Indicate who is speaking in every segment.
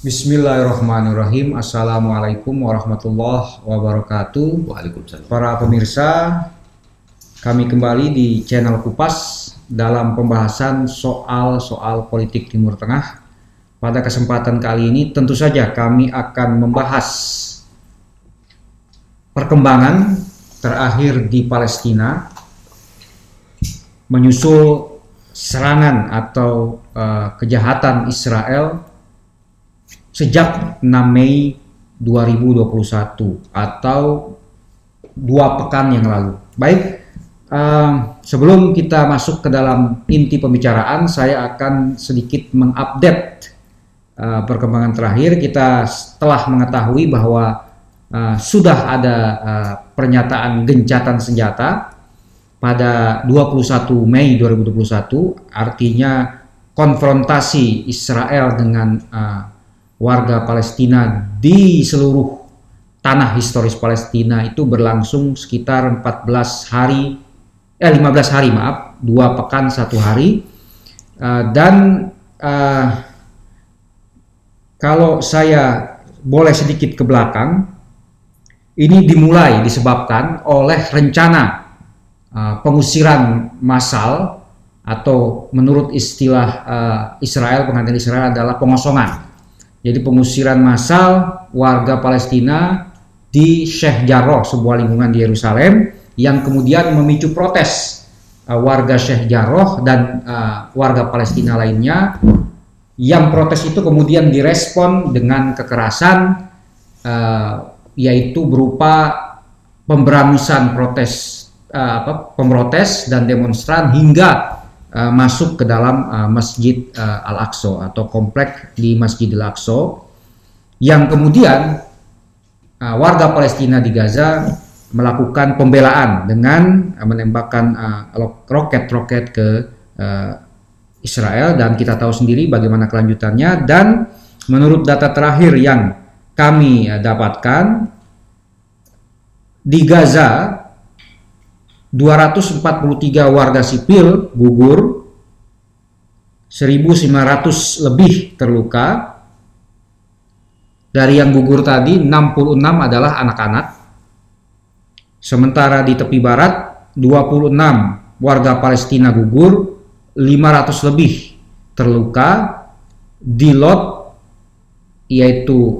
Speaker 1: Bismillahirrahmanirrahim. Assalamualaikum warahmatullahi wabarakatuh.
Speaker 2: Waalaikumsalam.
Speaker 1: Para pemirsa, kami kembali di channel Kupas dalam pembahasan soal politik Timur Tengah. Pada kesempatan kali ini tentu saja kami akan membahas perkembangan terakhir di Palestina menyusul serangan atau kejahatan Israel sejak 6 Mei 2021 atau 2 pekan yang lalu. Baik, sebelum kita masuk ke dalam inti pembicaraan, saya akan sedikit mengupdate perkembangan terakhir. Kita telah mengetahui bahwa sudah ada pernyataan gencatan senjata pada 21 Mei 2021, artinya konfrontasi Israel dengan warga Palestina di seluruh tanah historis Palestina itu berlangsung sekitar 15 hari, 2 pekan 1 hari. Dan kalau saya boleh sedikit ke belakang, ini disebabkan oleh rencana pengusiran massal, atau menurut istilah Israel, pengantin Israel adalah pengosongan. Jadi pengusiran massal warga Palestina di Sheikh Jarrah, sebuah lingkungan di Yerusalem, yang kemudian memicu protes warga Sheikh Jarrah dan warga Palestina lainnya. Yang protes itu kemudian direspon dengan kekerasan, yaitu berupa pemberangusan pemrotes dan demonstran hingga masuk ke dalam Masjid Al-Aqsa atau komplek di Masjid Al-Aqsa, yang kemudian warga Palestina di Gaza melakukan pembelaan dengan menembakkan roket-roket ke Israel, dan kita tahu sendiri bagaimana kelanjutannya. Dan menurut data terakhir yang kami dapatkan, di Gaza 243 warga sipil gugur, 1.900 lebih terluka. Dari yang gugur tadi 66 adalah anak-anak. Sementara di tepi barat 26 warga Palestina gugur, 500 lebih terluka. Di Lot, yaitu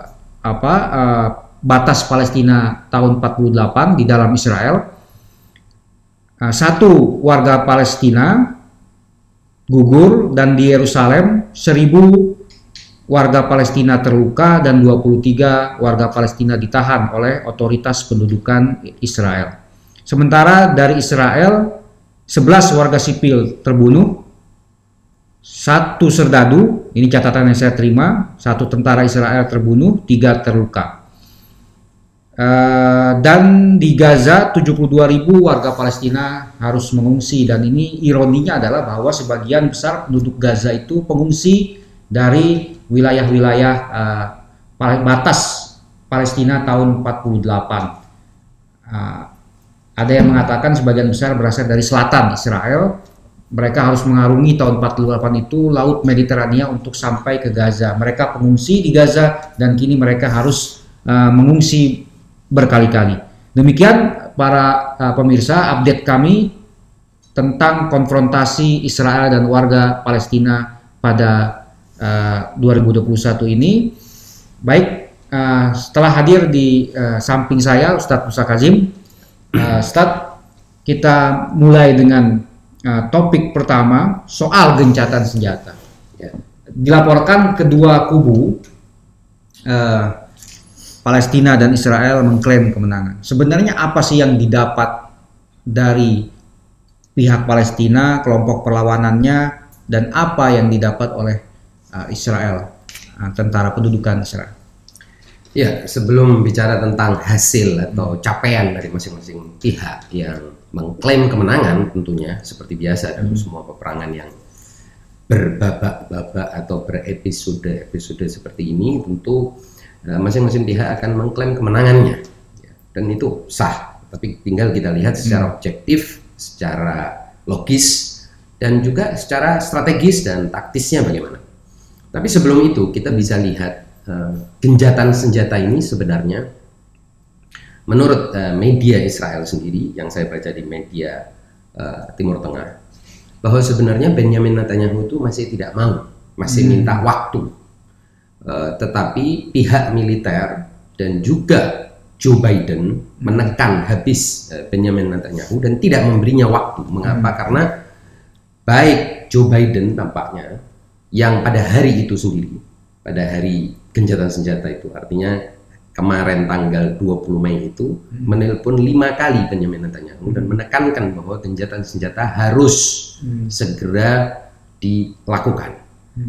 Speaker 1: batas Palestina tahun 48 di dalam Israel, 1 warga Palestina gugur, dan di Yerusalem 1.000 warga Palestina terluka dan 23 warga Palestina ditahan oleh otoritas pendudukan Israel. Sementara dari Israel 11 warga sipil terbunuh, 1 serdadu, ini catatan yang saya terima, 1 tentara Israel terbunuh, 3 terluka. Dan di Gaza 72.000 warga Palestina harus mengungsi, dan ini ironinya adalah bahwa sebagian besar penduduk Gaza itu pengungsi dari wilayah-wilayah batas Palestina tahun 48. Ada yang mengatakan sebagian besar berasal dari selatan Israel. Mereka harus mengarungi tahun 48 itu Laut Mediterania untuk sampai ke Gaza. Mereka pengungsi di Gaza dan kini mereka harus mengungsi berkali-kali. Demikian para pemirsa, update kami tentang konfrontasi Israel dan warga Palestina pada 2021 ini. Baik, setelah hadir di samping saya Ustadz Musa Kazim. Ustadz, kita mulai dengan topik pertama, soal gencatan senjata. Dilaporkan kedua kubu, Palestina dan Israel, mengklaim kemenangan. Sebenarnya apa sih yang didapat dari pihak Palestina, kelompok perlawanannya, dan apa yang didapat oleh Israel, tentara pendudukan Israel?
Speaker 2: Ya, sebelum bicara tentang hasil atau capaian dari masing-masing pihak yang mengklaim kemenangan, tentunya seperti biasa dalam semua peperangan yang berbabak-babak atau berepisode seperti ini, tentu masing-masing pihak akan mengklaim kemenangannya, dan itu sah. Tapi tinggal kita lihat secara objektif, secara logis, dan juga secara strategis dan taktisnya bagaimana. Tapi sebelum itu kita bisa lihat genjatan senjata ini sebenarnya menurut media Israel sendiri yang saya baca di media Timur Tengah, bahwa sebenarnya Benjamin Netanyahu itu masih tidak mau, masih minta waktu. Tetapi pihak militer dan juga Joe Biden menekan habis Benjamin Netanyahu dan tidak memberinya waktu. Mengapa? Karena baik Joe Biden tampaknya yang pada hari itu sendiri, pada hari genjatan senjata itu, artinya kemarin tanggal 20 Mei itu menelpon 5 kali Benjamin Netanyahu dan menekankan bahwa genjatan senjata harus segera dilakukan.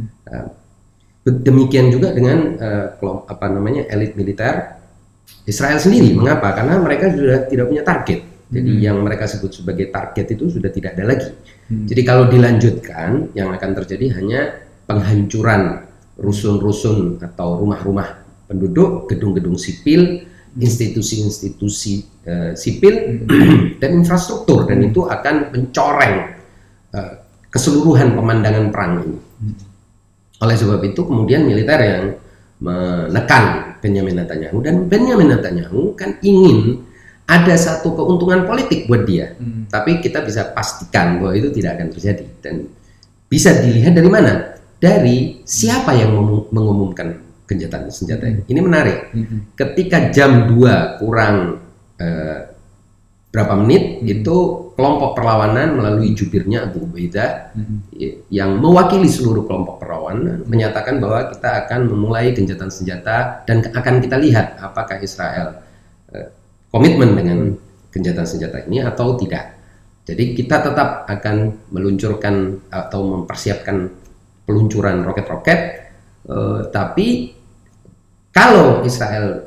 Speaker 2: Demikian juga dengan elit militer Israel sendiri. Mengapa? Karena mereka sudah tidak punya target. Jadi yang mereka sebut sebagai target itu sudah tidak ada lagi. Jadi kalau dilanjutkan, yang akan terjadi hanya penghancuran rusun-rusun atau rumah-rumah penduduk, gedung-gedung sipil, institusi-institusi sipil dan infrastruktur, dan itu akan mencoreng keseluruhan pemandangan perang ini. Oleh sebab itu kemudian militer yang menekan Benjamin Netanyahu, dan Benjamin Netanyahu kan ingin ada satu keuntungan politik buat dia. Tapi kita bisa pastikan bahwa itu tidak akan terjadi, dan bisa dilihat dari mana? Dari siapa yang mengumumkan genjatan senjata ini. Ini menarik. Ketika jam 2 kurang berapa menit, itu kelompok perlawanan melalui jubirnya Abu Ubaidah yang mewakili seluruh kelompok perlawanan menyatakan bahwa kita akan memulai genjatan senjata dan akan kita lihat apakah Israel komitmen dengan genjatan senjata ini atau tidak. Jadi kita tetap akan meluncurkan atau mempersiapkan peluncuran roket-roket, tapi kalau Israel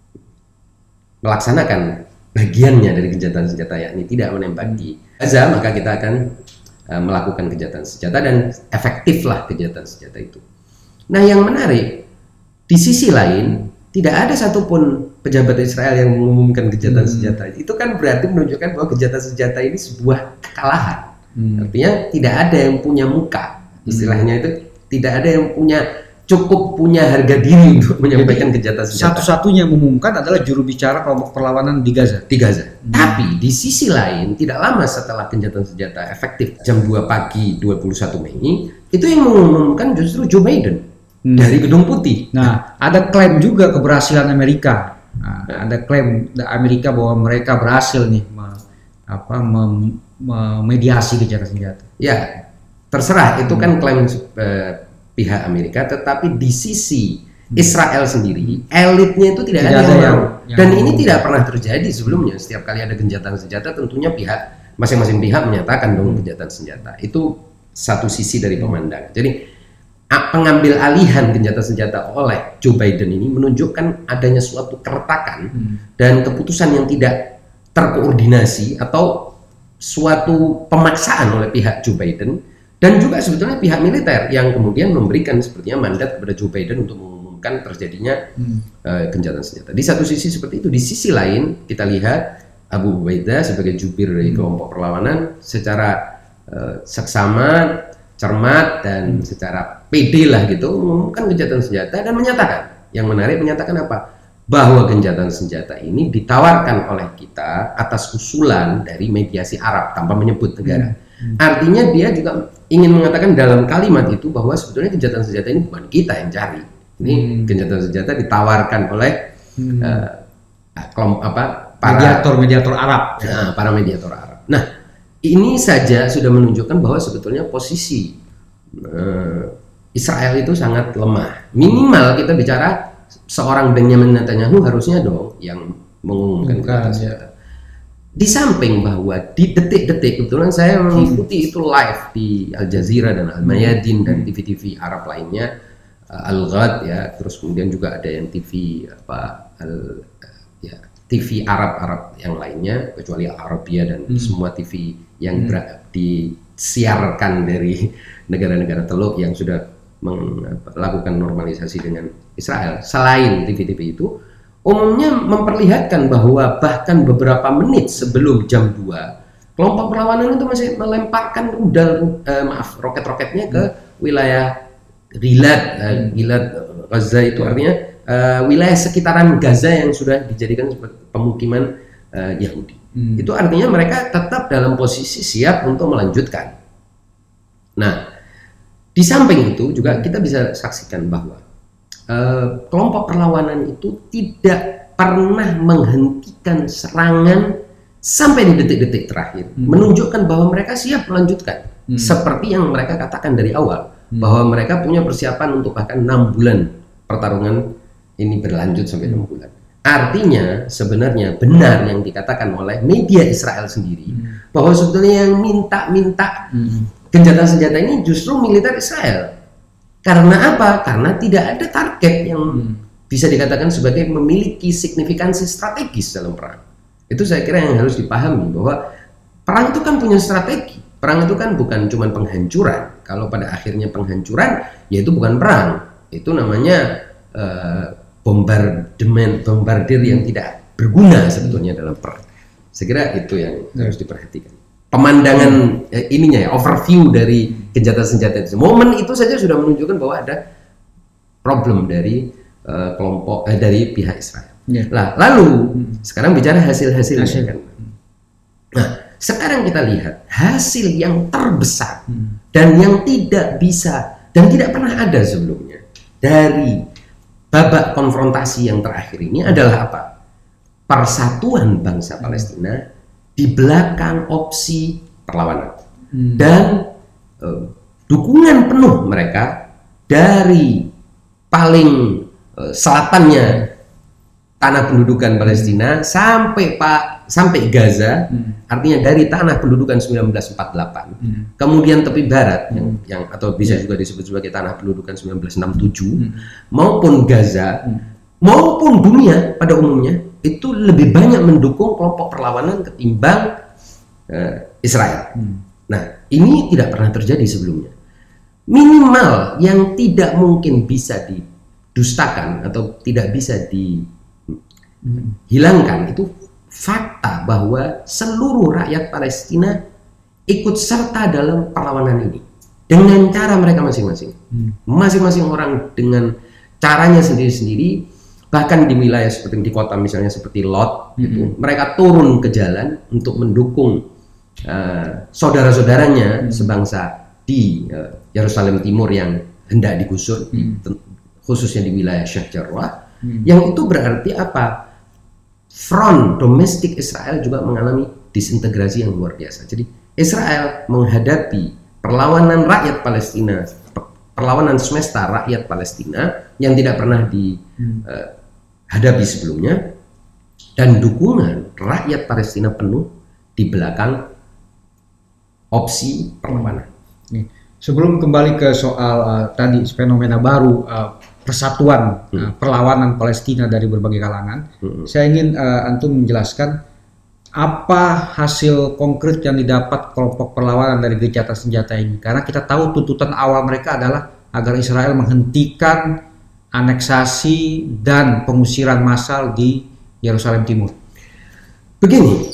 Speaker 2: melaksanakan bagiannya dari genjatan senjata, yakni tidak menembak di Gaza, maka kita akan melakukan genjatan senjata dan efektiflah genjatan senjata itu. Nah, yang menarik, di sisi lain tidak ada satupun pejabat Israel yang mengumumkan genjatan senjata. Itu kan berarti menunjukkan bahwa genjatan senjata ini sebuah kekalahan. Artinya tidak ada yang punya muka, istilahnya itu tidak ada yang cukup punya harga diri untuk menyampaikan genjatan senjata.
Speaker 1: Satu-satunya yang mengumumkan adalah juru bicara kelompok perlawanan di Gaza.
Speaker 2: Tapi di sisi lain, tidak lama setelah genjatan senjata efektif jam 2 pagi 21 Mei, itu yang mengumumkan justru Joe Biden dari Gedung Putih.
Speaker 1: Nah, ada klaim juga keberhasilan Amerika. Ada klaim Amerika bahwa mereka berhasil nih memediasi genjatan senjata.
Speaker 2: Ya, terserah, itu kan klaim pihak Amerika, tetapi di sisi Israel sendiri, elitnya itu tidak ada yang dan ini tidak pernah terjadi sebelumnya. Setiap kali ada genjatan senjata, tentunya masing-masing pihak menyatakan dong genjatan senjata. Itu satu sisi dari pemandangan. Jadi pengambil alihan genjatan senjata oleh Joe Biden ini menunjukkan adanya suatu keretakan dan keputusan yang tidak terkoordinasi atau suatu pemaksaan oleh pihak Joe Biden. Dan juga sebetulnya pihak militer yang kemudian memberikan sepertinya mandat kepada Joe Biden untuk mengumumkan terjadinya genjatan senjata. Di satu sisi seperti itu, di sisi lain kita lihat Abu Ubaidah sebagai jubir dari kelompok perlawanan secara seksama, cermat dan secara pede lah gitu mengumumkan genjatan senjata dan menyatakan, yang menarik menyatakan apa? Bahwa genjatan senjata ini ditawarkan oleh kita atas usulan dari mediasi Arab tanpa menyebut negara. Artinya dia juga ingin mengatakan dalam kalimat itu bahwa sebetulnya genjatan senjata ini bukan kita yang cari. Ini genjatan senjata ditawarkan oleh
Speaker 1: mediator Arab.
Speaker 2: Para mediator Arab. Nah, ini saja sudah menunjukkan bahwa sebetulnya posisi Israel itu sangat lemah. Minimal kita bicara seorang Benjamin Netanyahu harusnya dong yang mengumumkan genjatan senjata. Di samping bahwa di detik-detik, kebetulan saya mengikuti itu live di Al Jazeera dan Al Mayadin dan TV-TV Arab lainnya, Al Ghad ya, terus kemudian juga ada yang TV TV Arab yang lainnya kecuali Al Arabia dan semua TV yang disiarkan dari negara-negara Teluk yang sudah melakukan normalisasi dengan Israel. Selain TV-TV itu, umumnya memperlihatkan bahwa bahkan beberapa menit sebelum jam 2, kelompok perlawanan itu masih melemparkan roket-roketnya ke wilayah Gilad Gaza itu artinya wilayah sekitaran Gaza yang sudah dijadikan sebagai pemukiman Yahudi. Itu artinya mereka tetap dalam posisi siap untuk melanjutkan. Nah, di samping itu juga kita bisa saksikan bahwa kelompok perlawanan itu tidak pernah menghentikan serangan sampai di detik-detik terakhir, menunjukkan bahwa mereka siap melanjutkan. Seperti yang mereka katakan dari awal, bahwa mereka punya persiapan untuk bahkan 6 bulan pertarungan ini berlanjut sampai 6 bulan. Artinya sebenarnya benar yang dikatakan oleh media Israel sendiri, bahwa sebetulnya yang minta gencatan senjata ini justru militer Israel. Karena apa? Karena tidak ada target yang bisa dikatakan sebagai memiliki signifikansi strategis dalam perang. Itu saya kira yang harus dipahami, bahwa perang itu kan punya strategi. Perang itu kan bukan cuma penghancuran. Kalau pada akhirnya penghancuran, ya itu bukan perang. Itu namanya bombardir yang tidak berguna sebetulnya dalam perang. Saya kira itu yang harus diperhatikan. Pemandangan ininya ya, overview dari gencatan senjata itu. Momen itu saja sudah menunjukkan bahwa ada problem dari dari pihak Israel. Nah, lalu sekarang bicara hasil-hasilnya kan. Nah, sekarang kita lihat hasil yang terbesar dan yang tidak bisa dan tidak pernah ada sebelumnya dari babak konfrontasi yang terakhir ini adalah apa? Persatuan bangsa Palestina di belakang opsi perlawanan dan dukungan penuh mereka dari paling selatannya tanah pendudukan Palestina sampai Gaza, artinya dari tanah pendudukan 1948, kemudian tepi barat yang atau bisa juga disebut sebagai tanah pendudukan 1967, maupun Gaza, maupun dunia pada umumnya itu lebih banyak mendukung kelompok perlawanan ketimbang Israel. Nah, ini tidak pernah terjadi sebelumnya. Minimal yang tidak mungkin bisa didustakan atau tidak bisa dihilangkan itu fakta bahwa seluruh rakyat Palestina ikut serta dalam perlawanan ini dengan cara mereka masing-masing. Masing-masing orang dengan caranya sendiri-sendiri, bahkan di wilayah seperti di kota misalnya seperti Lot, gitu, mereka turun ke jalan untuk mendukung saudara-saudaranya sebangsa di Yerusalem Timur yang hendak digusur, khususnya di wilayah Sheikh Jarrah. Yang itu berarti apa? Front domestik Israel juga mengalami disintegrasi yang luar biasa. Jadi Israel menghadapi perlawanan rakyat Palestina, perlawanan semesta rakyat Palestina yang tidak pernah dihadapi sebelumnya, dan dukungan rakyat Palestina penuh di belakang opsi perlawanan.
Speaker 1: Sebelum kembali ke soal tadi fenomena baru persatuan perlawanan Palestina dari berbagai kalangan, saya ingin antum menjelaskan apa hasil konkret yang didapat kelompok perlawanan dari gencatan senjata ini. Karena kita tahu tuntutan awal mereka adalah agar Israel menghentikan aneksasi dan pengusiran massal di Yerusalem Timur.
Speaker 2: Begini,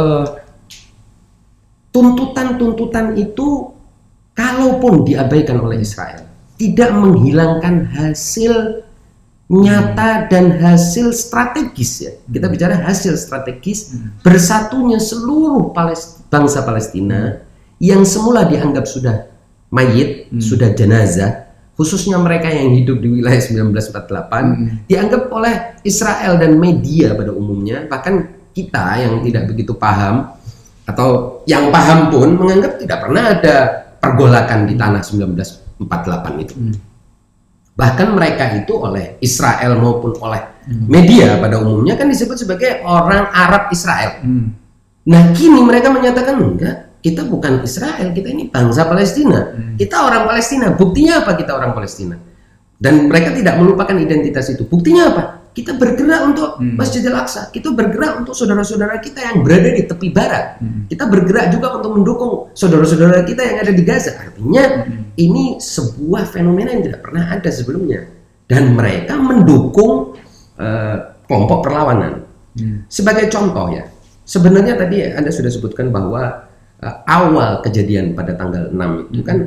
Speaker 2: tuntutan-tuntutan itu kalaupun diabaikan oleh Israel, tidak menghilangkan hasil nyata dan hasil strategis ya. Kita bicara hasil strategis bersatunya seluruh bangsa Palestina yang semula dianggap sudah mayit, sudah jenazah, khususnya mereka yang hidup di wilayah 1948, dianggap oleh Israel dan media pada umumnya, bahkan kita yang tidak begitu paham atau yang paham pun menganggap tidak pernah ada pergolakan di tanah 1948 itu. Bahkan mereka itu oleh Israel maupun oleh media pada umumnya kan disebut sebagai orang Arab Israel. Nah, kini mereka menyatakan enggak, kita bukan Israel, kita ini bangsa Palestina. Kita orang Palestina. Buktinya apa kita orang Palestina? Dan mereka tidak melupakan identitas itu. Buktinya apa? Kita bergerak untuk Masjidil Aqsa. Kita bergerak untuk saudara-saudara kita yang berada di tepi barat. Kita bergerak juga untuk mendukung saudara-saudara kita yang ada di Gaza. Artinya ini sebuah fenomena yang tidak pernah ada sebelumnya. Dan mereka mendukung kelompok perlawanan. Sebagai contoh ya, sebenarnya tadi Anda sudah sebutkan bahwa awal kejadian pada tanggal 6 itu kan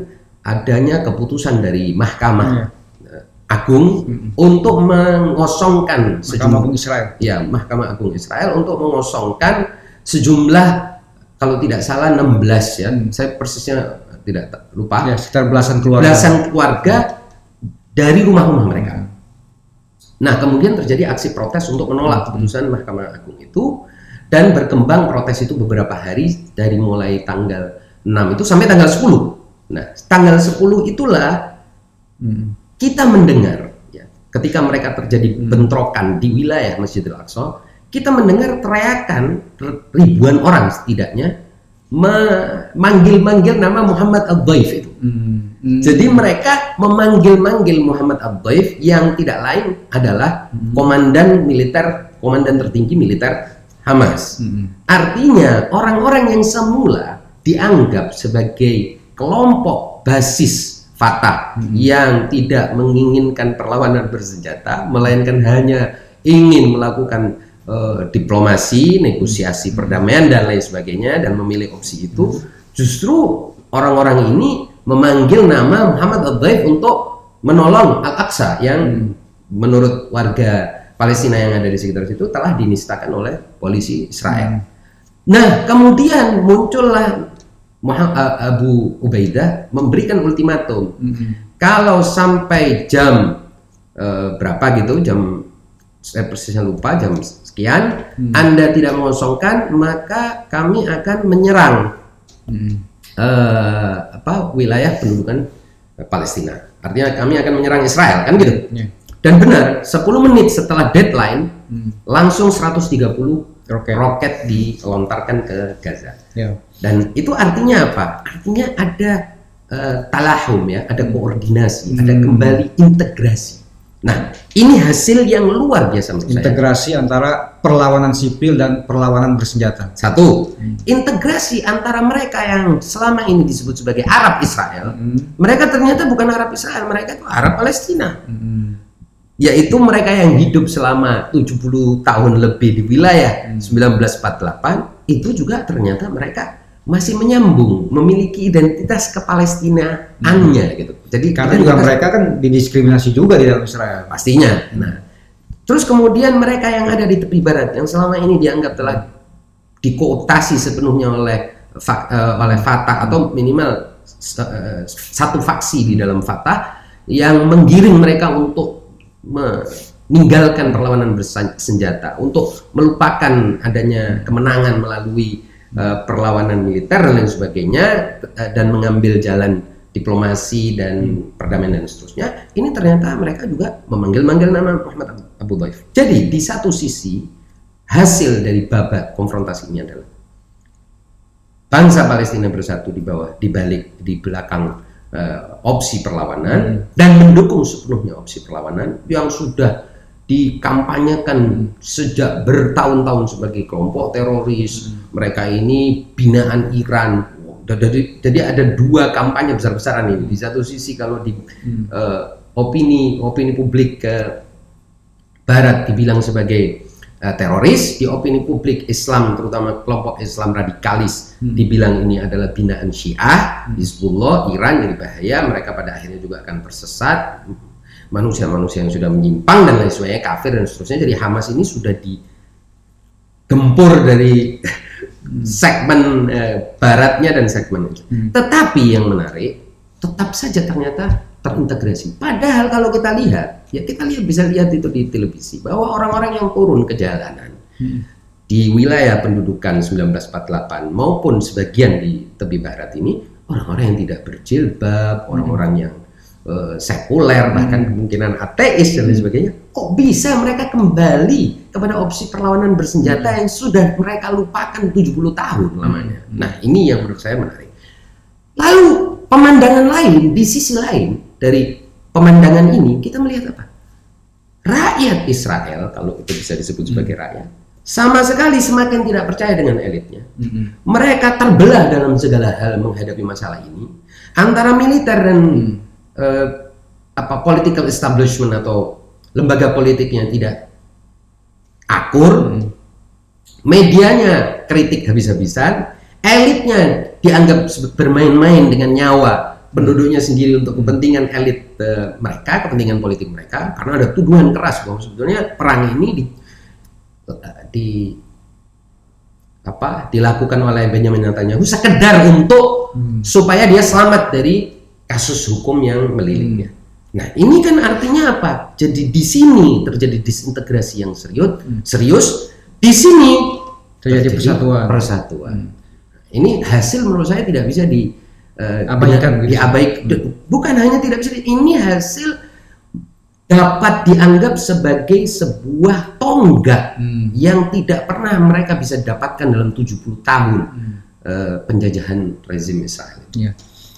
Speaker 2: adanya keputusan dari Mahkamah Agung untuk mengosongkan Mahkamah Agung Israel untuk mengosongkan sejumlah, kalau tidak salah 16 ya, saya persisnya tidak lupa,
Speaker 1: sekitar belasan
Speaker 2: keluarga dari rumah-rumah mereka. Nah, kemudian terjadi aksi protes untuk menolak keputusan Mahkamah Agung itu, dan berkembang protes itu beberapa hari dari mulai tanggal 6 itu sampai tanggal 10. Nah, tanggal 10 itulah kita mendengar ya, ketika mereka terjadi bentrokan di wilayah Masjidil Aqsa, kita mendengar teriakan ribuan orang setidaknya memanggil-manggil nama Muhammad Ad-Daif itu. Jadi mereka memanggil-manggil Muhammad Ad-Daif yang tidak lain adalah komandan tertinggi militer Hamas. Artinya orang-orang yang semula dianggap sebagai kelompok basis Fatah yang tidak menginginkan perlawanan bersenjata, melainkan hanya ingin melakukan diplomasi, negosiasi perdamaian dan lain sebagainya, dan memilih opsi itu, justru orang-orang ini memanggil nama Muhammad Ad-Daif untuk menolong Al-Aqsa yang menurut warga Palestina yang ada di sekitar situ telah dinistakan oleh polisi Israel. Nah, kemudian muncullah Abu Ubaidah memberikan ultimatum. Kalau sampai jam berapa gitu, jam saya persisnya lupa, jam sekian Anda tidak mengosongkan, maka kami akan menyerang wilayah pendudukan Palestina. Artinya kami akan menyerang Israel, kan gitu. Dan benar, 10 menit setelah deadline langsung 130 roket dilontarkan ke Gaza. Dan itu artinya apa? Artinya ada talahum ya, ada koordinasi, ada kembali integrasi. Nah, ini hasil yang luar biasa menurut saya.
Speaker 1: Integrasi antara perlawanan sipil dan perlawanan bersenjata.
Speaker 2: Satu, integrasi antara mereka yang selama ini disebut sebagai Arab Israel, mereka ternyata bukan Arab Israel, mereka itu Arab Palestina. Yaitu mereka yang hidup selama 70 tahun lebih di wilayah 1948, itu juga ternyata mereka masih menyambung, memiliki identitas kepalestinaannya gitu. Jadi
Speaker 1: karena juga mereka kan didiskriminasi juga di dalam Israel.
Speaker 2: Pastinya. Nah, terus kemudian mereka yang ada di tepi barat yang selama ini dianggap telah dikooptasi sepenuhnya oleh Fatah atau minimal satu faksi di dalam Fatah yang menggiring mereka untuk meninggalkan perlawanan bersenjata, untuk melupakan adanya kemenangan melalui perlawanan militer dan lain sebagainya, dan mengambil jalan diplomasi dan perdamaian dan seterusnya. Ini ternyata mereka juga memanggil-manggil nama Muhammad Abu Daif. Jadi di satu sisi hasil dari babak konfrontasi ini adalah bangsa Palestina bersatu di belakang opsi perlawanan dan mendukung sepenuhnya opsi perlawanan yang sudah dikampanyekan sejak bertahun-tahun sebagai kelompok teroris. Mereka ini binaan Iran. Jadi ada dua kampanye besar-besaran ini. Di satu sisi kalau di opini publik Barat dibilang sebagai teroris, di opini publik Islam terutama kelompok Islam radikalis dibilang ini adalah binaan Syiah, Hizbullah, Iran, jadi bahaya. Mereka pada akhirnya juga akan tersesat, manusia-manusia yang sudah menyimpang dan lain sebagainya, kafir dan seterusnya. Jadi Hamas ini sudah digempur dari segmen baratnya dan segmen itu. Tetapi yang menarik, tetap saja ternyata terintegrasi. Padahal kalau kita lihat, ya kita bisa lihat itu di televisi, bahwa orang-orang yang turun ke jalanan di wilayah pendudukan 1948 maupun sebagian di tepi barat ini, orang-orang yang tidak berjilbab, orang-orang yang sekuler, bahkan kemungkinan ateis dan lain sebagainya. Kok bisa mereka kembali kepada opsi perlawanan bersenjata yang sudah mereka lupakan 70 tahun lamanya? Nah, ini yang menurut saya menarik. Lalu pemandangan lain, di sisi lain dari pemandangan ini, kita melihat apa? Rakyat Israel, kalau itu bisa disebut sebagai rakyat, sama sekali semakin tidak percaya dengan elitnya. Mereka terbelah dalam segala hal menghadapi masalah ini, antara militer dan political establishment atau lembaga politiknya tidak akur, medianya kritik habis-habisan, elitnya dianggap bermain-main dengan nyawa penduduknya sendiri untuk kepentingan elit mereka, kepentingan politik mereka, karena ada tuduhan keras bahwa sebetulnya perang ini dilakukan oleh Benjamin Netanyahu sekedar untuk supaya dia selamat dari kasus hukum yang melilitnya. Nah, ini kan artinya apa? Jadi di sini terjadi disintegrasi yang serius. Di sini
Speaker 1: terjadi
Speaker 2: persatuan. Ini hasil menurut saya tidak bisa
Speaker 1: diabaikan.
Speaker 2: Bukan hanya tidak bisa, ini hasil dapat dianggap sebagai sebuah tonggak yang tidak pernah mereka bisa dapatkan dalam 70 tahun penjajahan rezim Israel.
Speaker 1: Ya.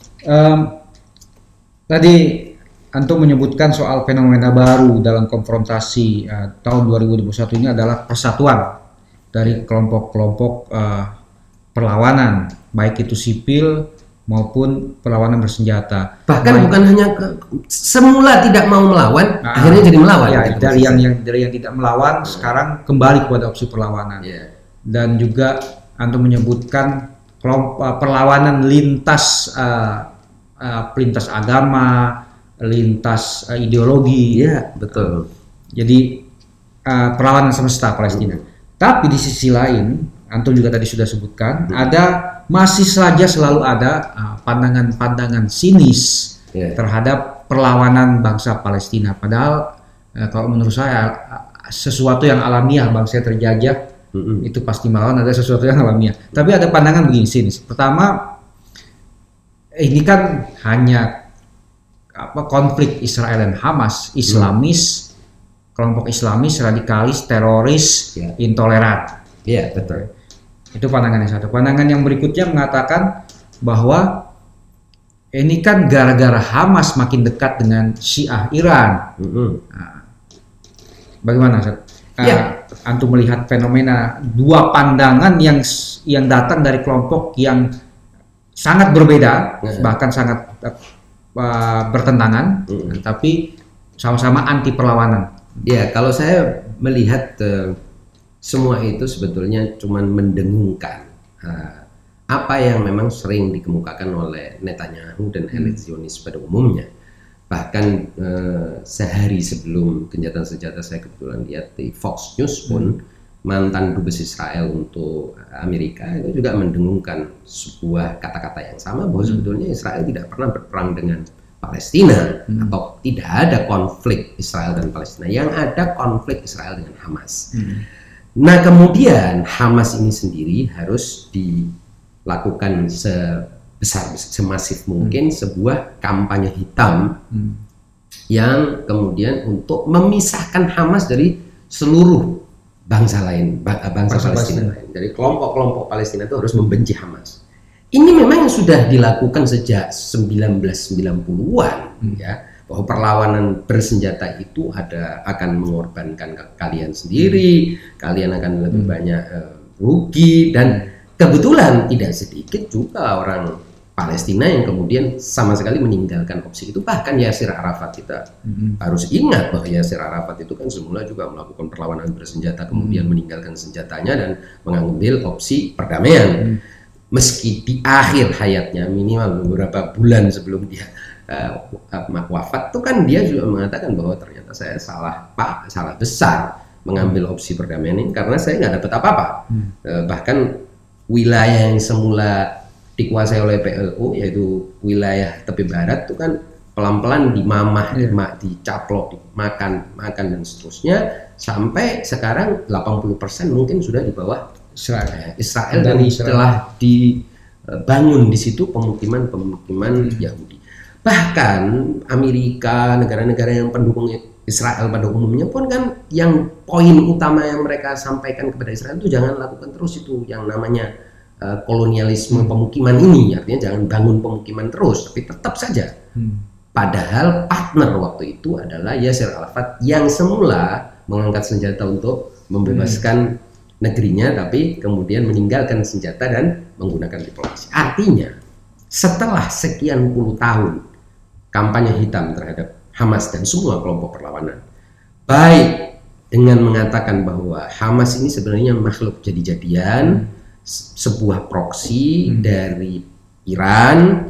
Speaker 1: Tadi Antum menyebutkan soal fenomena baru dalam konfrontasi tahun 2021 ini adalah persatuan dari kelompok-kelompok perlawanan, baik itu sipil maupun perlawanan bersenjata.
Speaker 2: Bahkan bukan hanya semula tidak mau melawan, akhirnya jadi melawan.
Speaker 1: Ya, dari yang tidak melawan sekarang kembali kepada opsi perlawanan. Dan juga Antum menyebutkan kelompok perlawanan lintas agama, lintas ideologi.
Speaker 2: Ya, betul.
Speaker 1: Jadi perlawanan semesta Palestina. Tapi di sisi lain, Antum juga tadi sudah sebutkan, masih saja selalu ada pandangan-pandangan sinis terhadap perlawanan bangsa Palestina. Padahal kalau menurut saya sesuatu yang alamiah, bangsa terjajah itu pasti melawan, ada sesuatu yang alamiah. Tapi ada pandangan begini sinis. Pertama, ini kan hanya konflik Israel dan Hamas, Islamis, kelompok Islamis, radikalis, teroris, intoleran.
Speaker 2: Iya, betul.
Speaker 1: Itu pandangan yang satu. Pandangan yang berikutnya mengatakan bahwa ini kan gara-gara Hamas makin dekat dengan Syiah Iran. Nah, bagaimana, Antum melihat fenomena dua pandangan yang datang dari kelompok yang sangat berbeda, bahkan sangat bertentangan, tapi sama-sama anti perlawanan.
Speaker 2: Ya, kalau saya melihat semua itu sebetulnya cuma mendengungkan apa yang memang sering dikemukakan oleh Netanyahu dan elit Zionis pada umumnya. Bahkan sehari sebelum gencatan senjata, saya kebetulan lihat di Fox News pun mantan dubes Israel untuk Amerika itu juga mendengungkan sebuah kata-kata yang sama, bahwa sebetulnya Israel tidak pernah berperang dengan Palestina, atau tidak ada konflik Israel dan Palestina. Yang ada konflik Israel dengan Hamas. Nah, kemudian Hamas ini sendiri harus dilakukan semasif mungkin sebuah kampanye hitam yang kemudian untuk memisahkan Hamas dari seluruh bangsa lain, bangsa Palestina lain. Jadi kelompok-kelompok Palestina itu harus membenci Hamas. Ini memang sudah dilakukan sejak 1990-an, ya. Bahwa perlawanan bersenjata itu akan mengorbankan kalian sendiri, kalian akan lebih banyak rugi, dan kebetulan tidak sedikit juga orang Palestina yang kemudian sama sekali meninggalkan opsi itu. Bahkan Yasir Arafat, kita harus ingat bahwa Yasir Arafat itu kan semula juga melakukan perlawanan bersenjata, kemudian meninggalkan senjatanya dan mengambil opsi perdamaian. Meski di akhir hayatnya, minimal beberapa bulan sebelum dia wafat tuh kan dia juga mengatakan bahwa ternyata saya salah besar mengambil opsi perdamaian ini, karena saya nggak dapat apa-apa. Bahkan wilayah yang semula dikuasai oleh PLO, yaitu wilayah tepi barat, tuh kan pelan-pelan dimamah, dicaplok, dimakan dan seterusnya, sampai sekarang 80% mungkin sudah di bawah Israel dan telah dibangun di situ pemukiman Yahudi. Bahkan Amerika, negara-negara yang pendukung Israel pada umumnya pun kan yang poin utama yang mereka sampaikan kepada Israel itu jangan lakukan terus itu yang namanya kolonialisme pemukiman ini, artinya jangan bangun pemukiman terus, tapi tetap saja. Padahal partner waktu itu adalah Yasir Arafat yang semula mengangkat senjata untuk membebaskan negerinya, tapi kemudian meninggalkan senjata dan menggunakan diplomasi. Artinya setelah sekian puluh tahun kampanye hitam terhadap Hamas dan semua kelompok perlawanan, baik dengan mengatakan bahwa Hamas ini sebenarnya makhluk jadi-jadian, sebuah proksi dari Iran,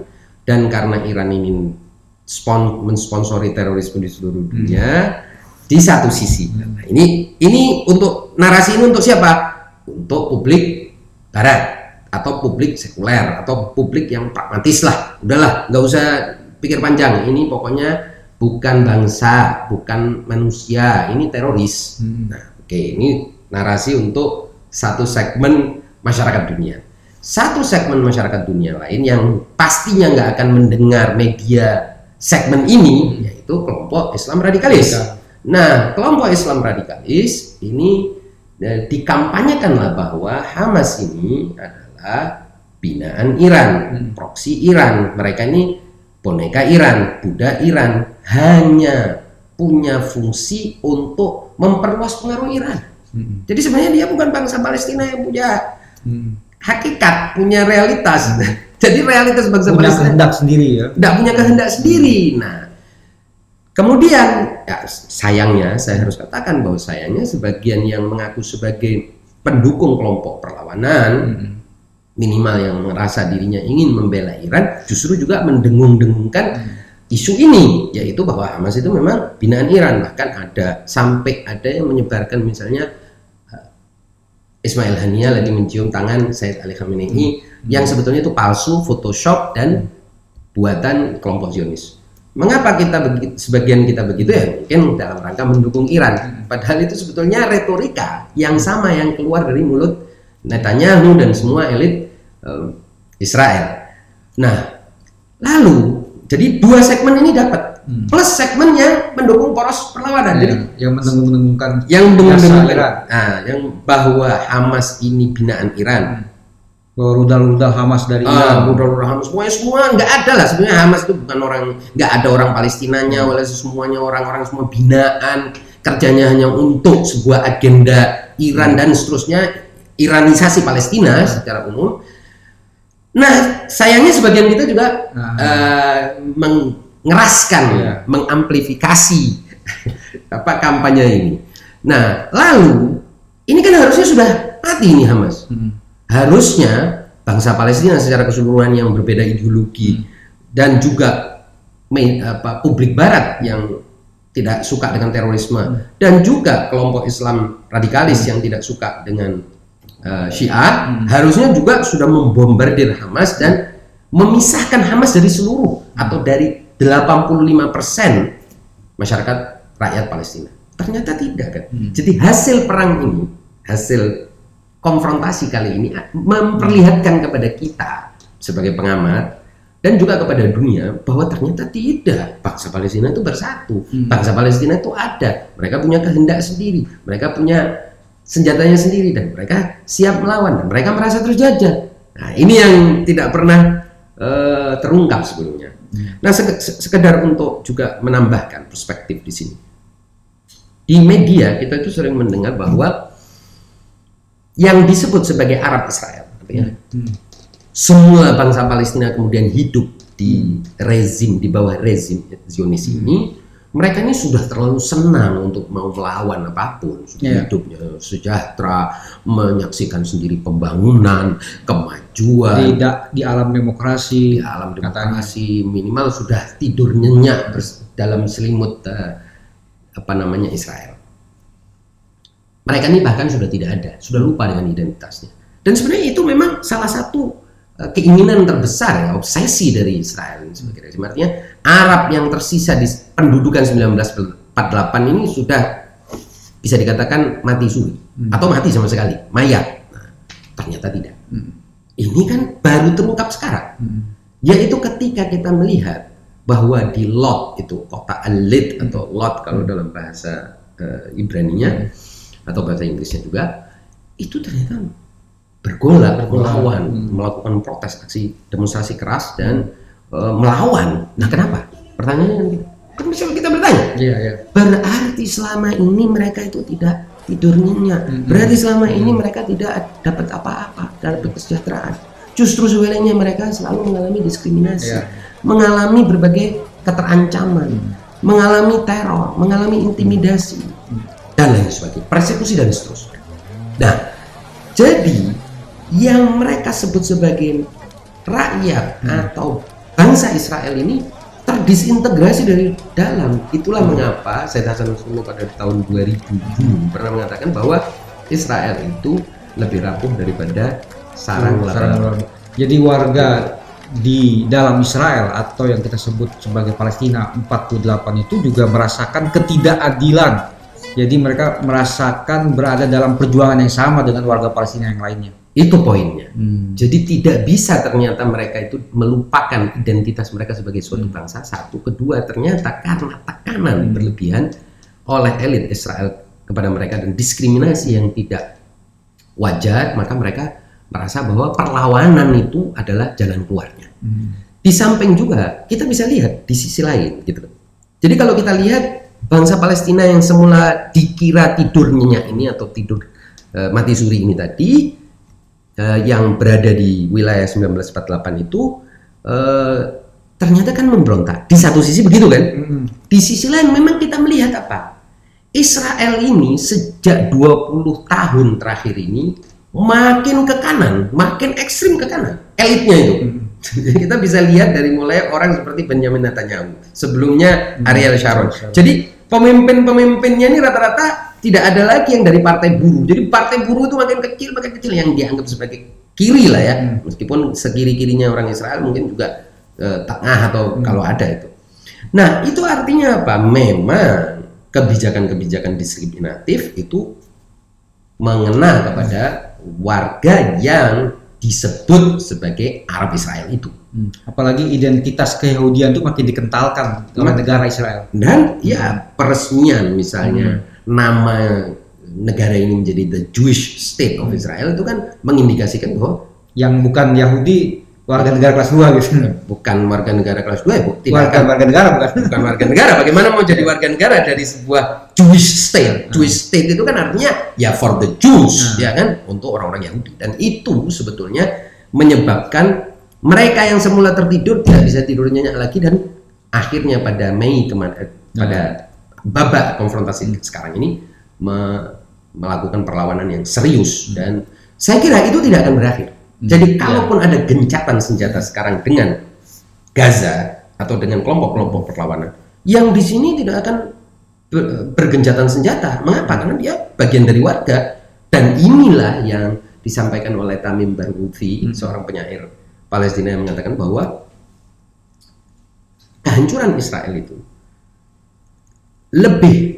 Speaker 2: dan karena Iran ini mensponsori terorisme di seluruh dunia di satu sisi. Nah, ini untuk narasi ini untuk siapa? Untuk publik Barat atau publik sekuler atau publik yang pragmatis lah. Udahlah, nggak usah pikir panjang. Ini pokoknya bukan bangsa, bukan manusia, ini teroris. Nah, oke, ini narasi untuk satu segmen masyarakat dunia. Satu segmen masyarakat dunia lain yang pastinya nggak akan mendengar media segmen ini, yaitu kelompok Islam radikalis. Nah, kelompok Islam radikalis ini dikampanyekanlah bahwa Hamas ini adalah binaan Iran, proksi Iran. Mereka ini boneka Iran, budak Iran, hanya punya fungsi untuk memperluas pengaruh Iran. Jadi sebenarnya dia bukan bangsa Palestina yang punya hakikat, punya realitas. Jadi realitas bangsa
Speaker 1: punya
Speaker 2: Palestina
Speaker 1: kehendak sendiri ya.
Speaker 2: Tidak punya kehendak sendiri. Nah, kemudian ya, sayangnya saya harus katakan bahwa sayangnya sebagian yang mengaku sebagai pendukung kelompok perlawanan, minimal yang merasa dirinya ingin membela Iran, justru juga mendengung-dengungkan isu ini, yaitu bahwa Hamas itu memang binaan Iran. Bahkan sampai ada yang menyebarkan misalnya Ismail Haniyah lagi mencium tangan Sayyid Ali Khamenei yang sebetulnya itu palsu, Photoshop dan buatan kelompok Zionis. Mengapa sebagian kita begitu ya? Mungkin dalam rangka mendukung Iran. Padahal itu sebetulnya retorika yang sama yang keluar dari mulut Netanyahu dan semua elit Israel. Nah, lalu jadi dua segmen ini dapat plus segmen yang mendukung poros perlawanan. Jadi
Speaker 1: yang mendengung-dengungkan
Speaker 2: yang yang bahwa Hamas ini binaan Iran.
Speaker 1: Rudal-rudal Hamas dari Iran.
Speaker 2: Rudal-rudal Hamas semua nggak ada lah. Sebenarnya Hamas itu bukan orang, nggak ada orang Palestinanya, walaupun semuanya orang-orang semua binaan, kerjanya hanya untuk sebuah agenda Iran dan seterusnya, Iranisasi Palestina secara umum. Nah, sayangnya sebagian kita juga mengeraskan, mengamplifikasi kampanye ini. Nah, lalu ini kan harusnya sudah mati ini Hamas. Harusnya bangsa Palestina secara keseluruhan yang berbeda ideologi dan juga publik Barat yang tidak suka dengan terorisme dan juga kelompok Islam radikalis yang tidak suka dengan Syiah, harusnya juga sudah membombardir Hamas dan memisahkan Hamas dari seluruh atau dari 85% masyarakat rakyat Palestina. Ternyata tidak kan. Jadi hasil perang ini, hasil konfrontasi kali ini memperlihatkan kepada kita sebagai pengamat dan juga kepada dunia bahwa ternyata tidak, bangsa Palestina itu bersatu, bangsa Palestina itu ada, mereka punya kehendak sendiri, mereka punya senjatanya sendiri dan mereka siap melawan dan mereka merasa terjajah. Nah, ini yang tidak pernah terungkap sebelumnya. Nah, sekedar untuk juga menambahkan perspektif di sini. Di media kita itu sering mendengar bahwa yang disebut sebagai Arab Israel, artinya semua bangsa Palestina kemudian hidup di bawah rezim Zionis ini. Mereka ini sudah terlalu senang untuk mau melawan apapun, sudah hidupnya sejahtera, menyaksikan sendiri pembangunan, kemajuan.
Speaker 1: Tidak di alam demokrasi.
Speaker 2: Di alam demokrasi minimal sudah tidur nyenyak dalam selimut Israel. Mereka ini bahkan sudah tidak ada, sudah lupa dengan identitasnya. Dan sebenarnya itu memang salah satu keinginan terbesar, ya, obsesi dari Israel ini sebagai rezim. Artinya Arab yang tersisa di pendudukan 1948 ini sudah bisa dikatakan mati suri atau mati sama sekali, mayat. Nah, ternyata tidak. Ini kan baru terungkap sekarang, yaitu ketika kita melihat bahwa di Lod itu kota Al-Lid atau Lod kalau dalam bahasa Ibraninya atau bahasa Inggrisnya juga, itu ternyata bergolak, melawan, melakukan protes, aksi demonstrasi keras dan melawan. Nah, kenapa? Pertanyaannya kan bisa kita bertanya. Berarti selama ini mereka itu tidak tidur nyenyak. Berarti selama ini mereka tidak dapat apa-apa, dapat kesejahteraan. Justru sebaliknya mereka selalu mengalami diskriminasi, mengalami berbagai keterancaman, mengalami teror, mengalami intimidasi dan lain sebagainya, persekusi dan seterusnya. Nah, jadi yang mereka sebut sebagai rakyat atau bangsa Israel ini terdisintegrasi dari dalam. Itulah mengapa Said Hasan Nasrullah pada tahun 2000 pernah mengatakan bahwa Israel itu lebih rapuh daripada sarang laba-laba.
Speaker 1: Jadi warga di dalam Israel atau yang kita sebut sebagai Palestina 48 itu juga merasakan ketidakadilan. Jadi mereka merasakan berada dalam perjuangan yang sama dengan warga Palestina yang lainnya.
Speaker 2: Itu poinnya. Jadi tidak bisa ternyata mereka itu melupakan identitas mereka sebagai suatu bangsa. Satu, kedua ternyata karena tekanan berlebihan oleh elit Israel kepada mereka dan diskriminasi yang tidak wajar, maka mereka merasa bahwa perlawanan itu adalah jalan keluarnya. Di samping juga kita bisa lihat di sisi lain gitu. Jadi kalau kita lihat bangsa Palestina yang semula dikira tidur nyenyak ini atau tidur mati suri ini tadi, yang berada di wilayah 1948 itu ternyata kan memberontak. Di satu sisi begitu kan. Di sisi lain memang kita melihat apa? Israel ini sejak 20 tahun terakhir ini makin ke kanan, makin ekstrim ke kanan elitnya itu. Jadi kita bisa lihat dari mulai orang seperti Benjamin Netanyahu, sebelumnya Ariel Sharon. Jadi pemimpin-pemimpinnya ini rata-rata tidak ada lagi yang dari partai buruh. Jadi partai buruh itu makin kecil yang dianggap sebagai kiri lah ya. Meskipun sekiri-kirinya orang Israel mungkin juga tengah atau kalau ada itu. Nah itu artinya apa? Memang kebijakan-kebijakan diskriminatif itu mengena kepada warga yang disebut sebagai Arab Israel itu.
Speaker 1: Apalagi identitas keyahudian itu makin dikentalkan oleh negara Israel.
Speaker 2: Dan ya peresmian misalnya nama negara ini menjadi the Jewish State of Israel itu kan mengindikasikan bahwa
Speaker 1: yang bukan Yahudi warga negara kelas 2 gitu.
Speaker 2: Bukan warga negara kelas 2 ya,
Speaker 1: warga negara
Speaker 2: bukan warga negara. Bagaimana mau jadi warga negara dari sebuah Jewish State? Jewish State itu kan artinya ya for the Jews, ya kan, untuk orang-orang Yahudi. Dan itu sebetulnya menyebabkan mereka yang semula tertidur tidak bisa tidur nyenyak lagi dan akhirnya pada Mei pada babak konfrontasi sekarang ini melakukan perlawanan yang serius dan saya kira itu tidak akan berakhir. Jadi kalaupun ada gencatan senjata sekarang dengan Gaza atau dengan kelompok-kelompok perlawanan, yang di sini tidak akan bergencatan senjata. Mengapa? Karena dia bagian dari warga. Dan inilah yang disampaikan oleh Tamim Barghouti, seorang penyair Palestina yang mengatakan bahwa kehancuran Israel itu lebih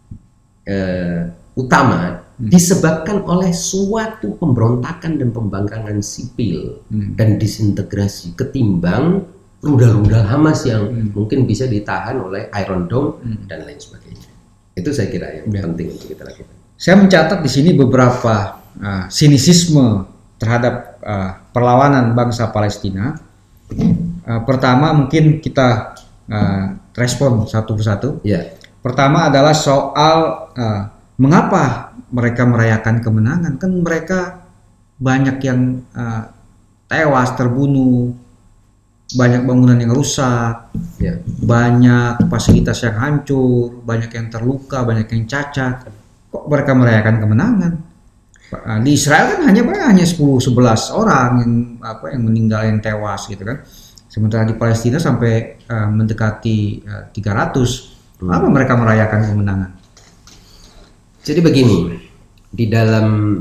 Speaker 2: utama disebabkan oleh suatu pemberontakan dan pembangkangan sipil dan disintegrasi ketimbang rudal-rudal Hamas yang mungkin bisa ditahan oleh Iron Dome dan lain sebagainya. Itu saya kira yang penting untuk kita lakukan.
Speaker 1: Saya mencatat di sini beberapa sinisisme terhadap perlawanan bangsa Palestina. Pertama mungkin kita respon satu persatu. Pertama adalah soal mengapa mereka merayakan kemenangan? Kan mereka banyak yang tewas, terbunuh, banyak bangunan yang rusak, banyak fasilitas yang hancur, banyak yang terluka, banyak yang cacat. Kok mereka merayakan kemenangan? Di Israel kan hanya 10-11 orang yang meninggal, yang tewas gitu kan. Sementara di Palestina sampai mendekati 300. Apa mereka merayakan kemenangan?
Speaker 2: Jadi begini, di dalam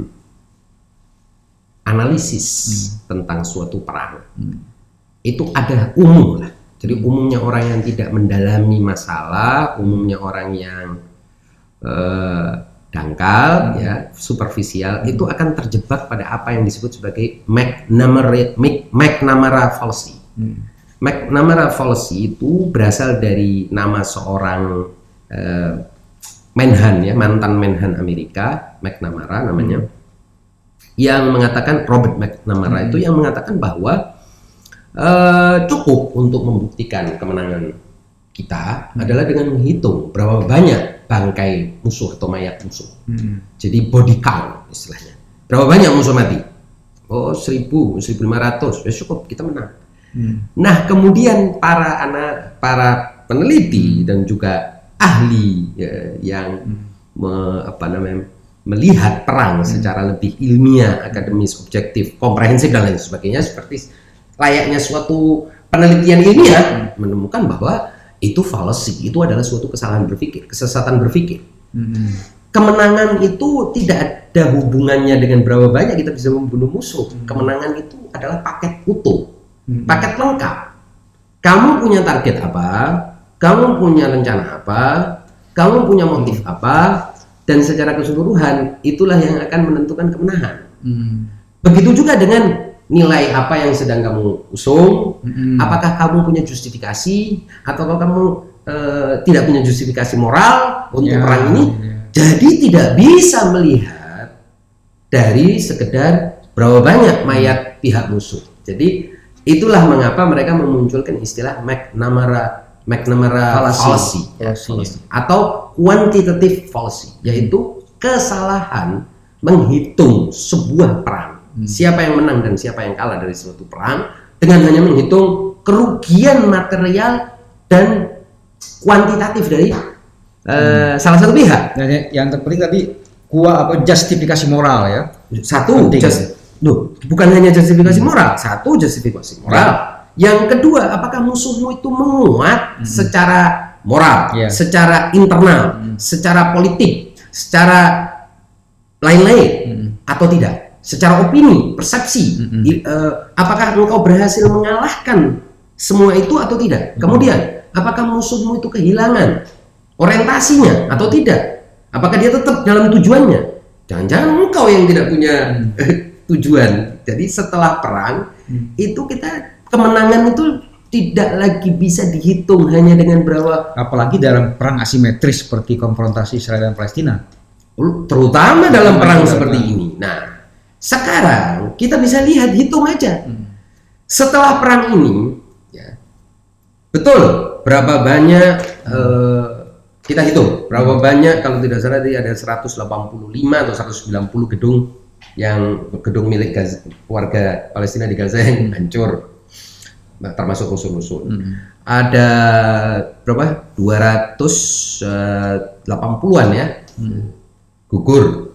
Speaker 2: analisis tentang suatu perang itu ada umum lah. Jadi umumnya orang yang tidak mendalami masalah, umumnya orang yang dangkal, ya superficial, itu akan terjebak pada apa yang disebut sebagai McNamara fallacy. McNamara fallacy itu berasal dari nama seorang Menhan, ya, mantan Menhan Amerika, McNamara namanya, yang mengatakan, Robert McNamara itu yang mengatakan bahwa cukup untuk membuktikan kemenangan kita adalah dengan menghitung berapa banyak bangkai musuh atau mayat musuh. Jadi body count istilahnya. Berapa banyak musuh mati? Oh 1000, 1500, ya cukup kita menang. Nah kemudian para peneliti dan juga ahli yang melihat perang secara lebih ilmiah, akademis, objektif, komprehensif dan lain sebagainya, seperti layaknya suatu penelitian ilmiah menemukan bahwa itu fallacy, itu adalah suatu kesalahan berpikir, kesesatan berpikir. Kemenangan itu tidak ada hubungannya dengan berapa banyak kita bisa membunuh musuh. Kemenangan itu adalah paket utuh, paket lengkap. Kamu punya target apa, kamu punya rencana apa, kamu punya motif apa, dan secara keseluruhan itulah yang akan menentukan kemenangan. Begitu juga dengan nilai apa yang sedang kamu usung, apakah kamu punya justifikasi atau kamu tidak punya justifikasi moral untuk perang ini. Jadi tidak bisa melihat dari sekedar berapa banyak mayat pihak musuh. Jadi itulah mengapa mereka memunculkan istilah McNamara fallacy atau quantitative fallacy, yaitu kesalahan menghitung sebuah perang. Siapa yang menang dan siapa yang kalah dari suatu perang dengan hanya menghitung kerugian material dan kuantitatif dari salah satu pihak.
Speaker 1: Dan yang terpenting tadi justifikasi moral ya.
Speaker 2: Satu, bukan hanya justifikasi moral. Satu, justifikasi moral. Yang kedua, apakah musuhmu itu menguat secara moral, secara internal, secara politik, secara lain-lain atau tidak? Secara opini, persepsi, apakah engkau berhasil mengalahkan semua itu atau tidak? Kemudian, apakah musuhmu itu kehilangan orientasinya atau tidak? Apakah dia tetap dalam tujuannya? Jangan-jangan engkau yang tidak punya tujuan. Jadi setelah perang, itu kemenangan itu tidak lagi bisa dihitung hanya dengan berapa.
Speaker 1: Apalagi dalam perang asimetris seperti konfrontasi Israel dan Palestina.
Speaker 2: Terutama dalam perang seperti ini. Nah, sekarang kita bisa lihat, hitung aja. Setelah perang ini, betul berapa banyak kita hitung berapa banyak, kalau tidak salah tadi ada 185 atau 190 gedung milik Gaza, warga Palestina di Gaza yang hancur, termasuk rusun-rusun. Ada berapa? 280-an ya. Gugur.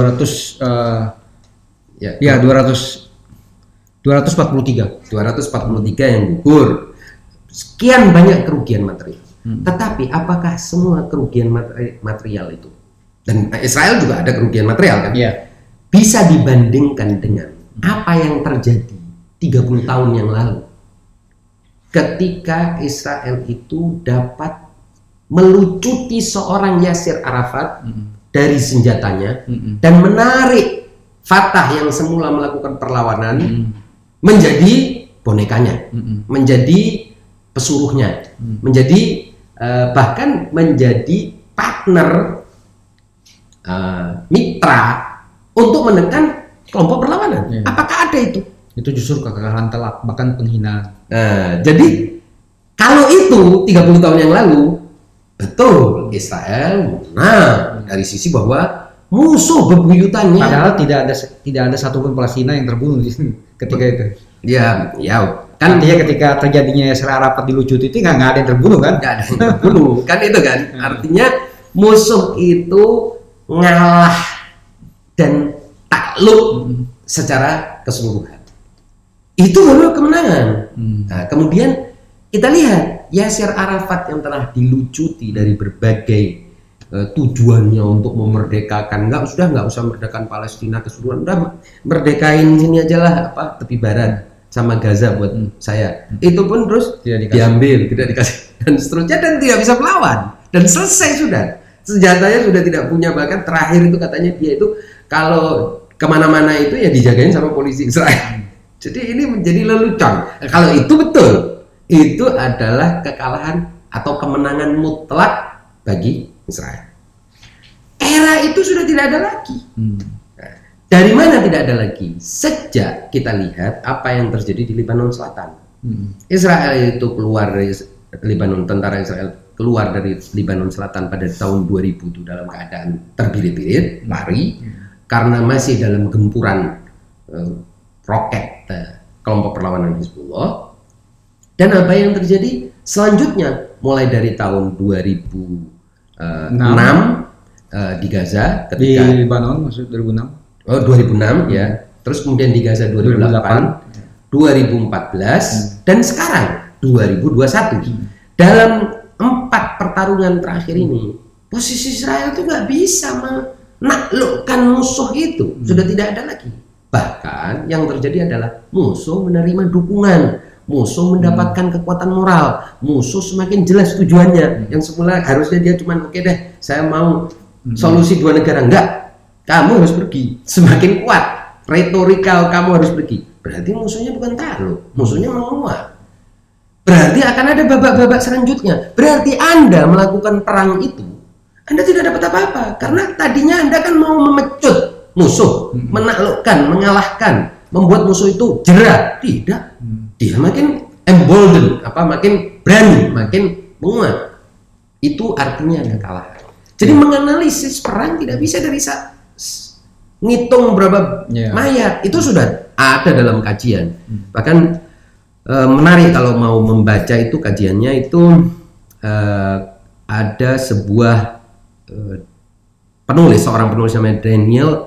Speaker 2: 243 yang gugur. Sekian banyak kerugian material. Tetapi apakah semua kerugian material itu, dan Israel juga ada kerugian material kan, bisa dibandingkan dengan apa yang terjadi 30 tahun yang lalu ketika Israel itu dapat melucuti seorang Yasir Arafat dari senjatanya dan menarik Fatah yang semula melakukan perlawanan menjadi bonekanya, menjadi pesuruhnya, menjadi bahkan menjadi partner mitra untuk menekan kelompok perlawanan. Apakah ada itu?
Speaker 1: Itu justru kekalahan telak, bahkan penghinaan.
Speaker 2: Jadi kalau itu 30 tahun yang lalu, betul Israel menang dari sisi bahwa musuh bebuyutannya.
Speaker 1: Padahal tidak ada satupun Palestina yang terbunuh ketika itu.
Speaker 2: Ya,
Speaker 1: kan dia ketika terjadinya Yasir Arafat dilucuti itu nggak ada yang terbunuh kan?
Speaker 2: Nggak ada yang terbunuh kan, itu kan artinya musuh itu ngalah dan takluk secara keseluruhan. Itu baru kemenangan. Nah, kemudian kita lihat Yasir Arafat yang telah dilucuti dari berbagai tujuannya untuk memerdekakan, nggak usah merdekakan Palestina keseluruhan, udah merdekain sini aja lah, tepi barat sama Gaza buat saya. Itu pun terus diambil, tidak dikasih dan seterusnya, dan tidak bisa melawan dan selesai sudah. Senjatanya sudah tidak punya, bahkan terakhir itu katanya dia itu kalau kemana-mana itu ya dijagain sama polisi Israel. Jadi ini menjadi lelucon. Kalau itu betul, itu adalah kekalahan atau kemenangan mutlak bagi Israel. Era itu sudah tidak ada lagi. Dari mana tidak ada lagi? Sejak kita lihat apa yang terjadi di Lebanon Selatan. Israel itu keluar dari Lebanon, tentara Israel keluar dari Lebanon Selatan pada tahun 2000 itu dalam keadaan terbirit-birit, lari, karena masih dalam gempuran roket kelompok perlawanan Hizbullah. Dan apa yang terjadi selanjutnya mulai dari tahun 2006 di Gaza, ketika
Speaker 1: di Lebanon maksud 2006.
Speaker 2: 2006 ya. Terus kemudian di Gaza 2008, 2014 dan sekarang 2021. Dalam 4 pertarungan terakhir ini, posisi Israel itu nggak bisa menaklukkan musuh itu, sudah tidak ada lagi. Bahkan yang terjadi adalah musuh menerima dukungan, musuh mendapatkan kekuatan moral, musuh semakin jelas tujuannya. Yang semula harusnya dia cuma oke deh, saya mau solusi 2 negara, enggak, kamu harus pergi. Semakin kuat retorika kamu harus pergi, berarti musuhnya bukan takluk, musuhnya menguat. Berarti akan ada babak-babak selanjutnya. Berarti Anda melakukan perang itu, Anda tidak dapat apa-apa, karena tadinya Anda kan mau memecut musuh, menaklukkan, mengalahkan, membuat musuh itu jerah. Tidak, dia makin embolden, makin berani, makin menguat. Itu artinya kekalahan. Jadi menganalisis perang tidak bisa dari ngitung berapa mayat, itu sudah ada dalam kajian. Bahkan menarik kalau mau membaca itu kajiannya itu, ada sebuah seorang penulis namanya Daniel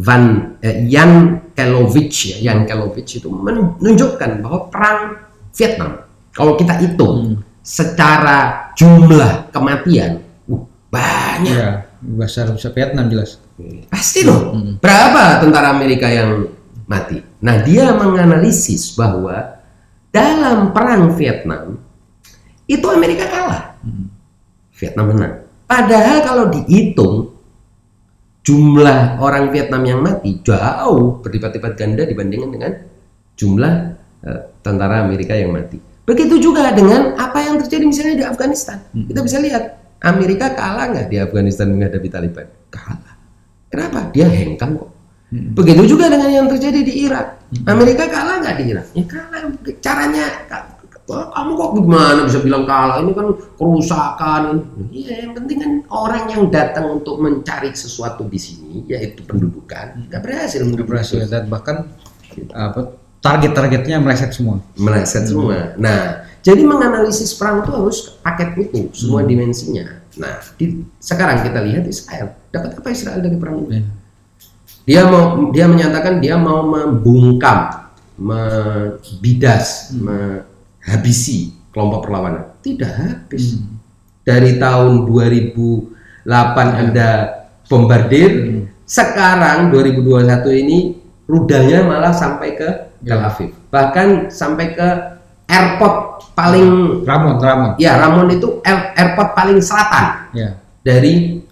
Speaker 2: Yankelovich itu menunjukkan bahwa perang Vietnam, kalau kita hitung secara jumlah kematian, banyak.
Speaker 1: Besar Vietnam jelas.
Speaker 2: Pasti loh. Berapa tentara Amerika yang mati? Nah, dia menganalisis bahwa dalam perang Vietnam itu Amerika kalah, Vietnam menang. Padahal kalau dihitung jumlah orang Vietnam yang mati jauh berlipat-lipat ganda dibandingkan dengan jumlah tentara Amerika yang mati. Begitu juga dengan apa yang terjadi misalnya di Afghanistan. Kita bisa lihat Amerika kalah nggak di Afghanistan menghadapi Taliban? Kalah. Kenapa? Dia hengkang kok. Begitu juga dengan yang terjadi di Irak. Amerika kalah nggak di Irak? Ya kalah. Caranya, kamu kok gimana bisa bilang kalah? Ini kan kerusakan. Iya, yang penting kan orang yang datang untuk mencari sesuatu di sini, yaitu pendudukan, nggak berhasil.
Speaker 1: Dan bahkan target-targetnya meleset semua.
Speaker 2: Nah, jadi menganalisis perang itu harus paket utuh, semua dimensinya. Nah, sekarang kita lihat Israel. Dapat apa Israel dari perang ini? Dia menyatakan dia mau membungkam, membidas, menghabisi kelompok perlawanan. Tidak habis. Dari tahun 2008 ada bombardir, sekarang 2021 ini rudalnya malah sampai ke Tel Aviv. Bahkan sampai ke airport paling
Speaker 1: Ramon.
Speaker 2: Ya, Ramon itu airport paling selatan.
Speaker 1: Ya.
Speaker 2: Dari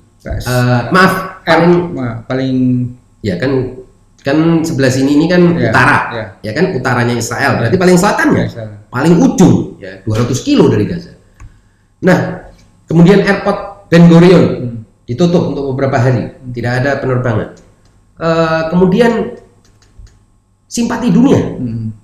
Speaker 2: paling ya kan sebelah sini ini kan utara. Ya kan utaranya Israel. Berarti paling selatannya. Paling ujung ya 200 kilo dari Gaza. Nah, kemudian airport Ben Gurion ditutup untuk beberapa hari. Tidak ada penerbangan. Kemudian simpati dunia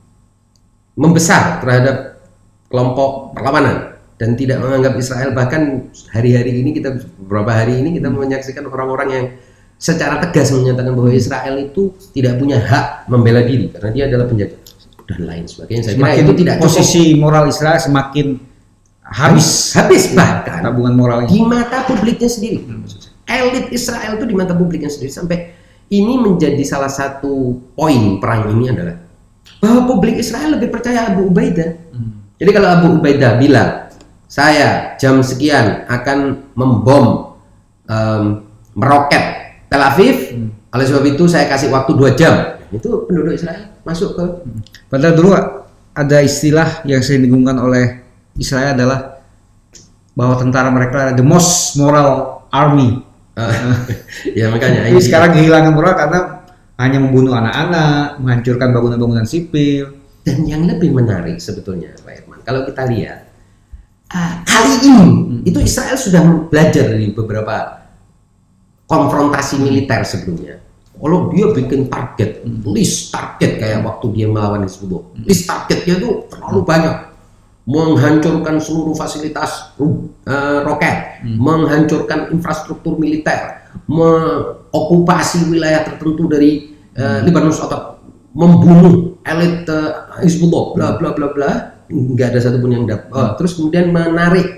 Speaker 2: membesar terhadap kelompok perlawanan dan tidak menganggap Israel. Bahkan beberapa hari ini kita menyaksikan orang-orang yang secara tegas menyatakan bahwa Israel itu tidak punya hak membela diri karena dia adalah penjaga dan lain sebagainya. Saya kira itu tidak
Speaker 1: posisi cukup. Moral Israel semakin habis bahkan tabungan moralnya
Speaker 2: di mata publiknya sendiri. Elit Israel itu di mata publiknya sendiri, sampai ini menjadi salah satu poin perang ini adalah bahwa publik Israel lebih percaya Abu Ubaidah. Jadi kalau Abu Ubaidah bilang, saya jam sekian akan membom, meroket Tel Aviv, oleh sebab itu saya kasih waktu 2 jam. Itu penduduk Israel masuk ke.
Speaker 1: Padahal dulu ada istilah yang sering digunakan oleh Israel adalah bahwa tentara mereka adalah the most moral army.
Speaker 2: Ya makanya.
Speaker 1: Ini sekarang kehilangan moral karena hanya membunuh anak-anak, menghancurkan bangunan-bangunan sipil.
Speaker 2: Dan yang lebih menarik sebetulnya, Pak Herman, kalau kita lihat kali ini itu Israel sudah belajar dari beberapa konfrontasi militer sebelumnya. Kalau dia bikin list target kayak waktu dia melawan Hizbullah, list targetnya itu terlalu banyak, menghancurkan seluruh fasilitas roket, menghancurkan infrastruktur militer, mengokupasi wilayah tertentu dari Libanon atau membunuh elit Hizbullah, bla bla bla bla, nggak ada satupun yang dapat. Terus kemudian menarik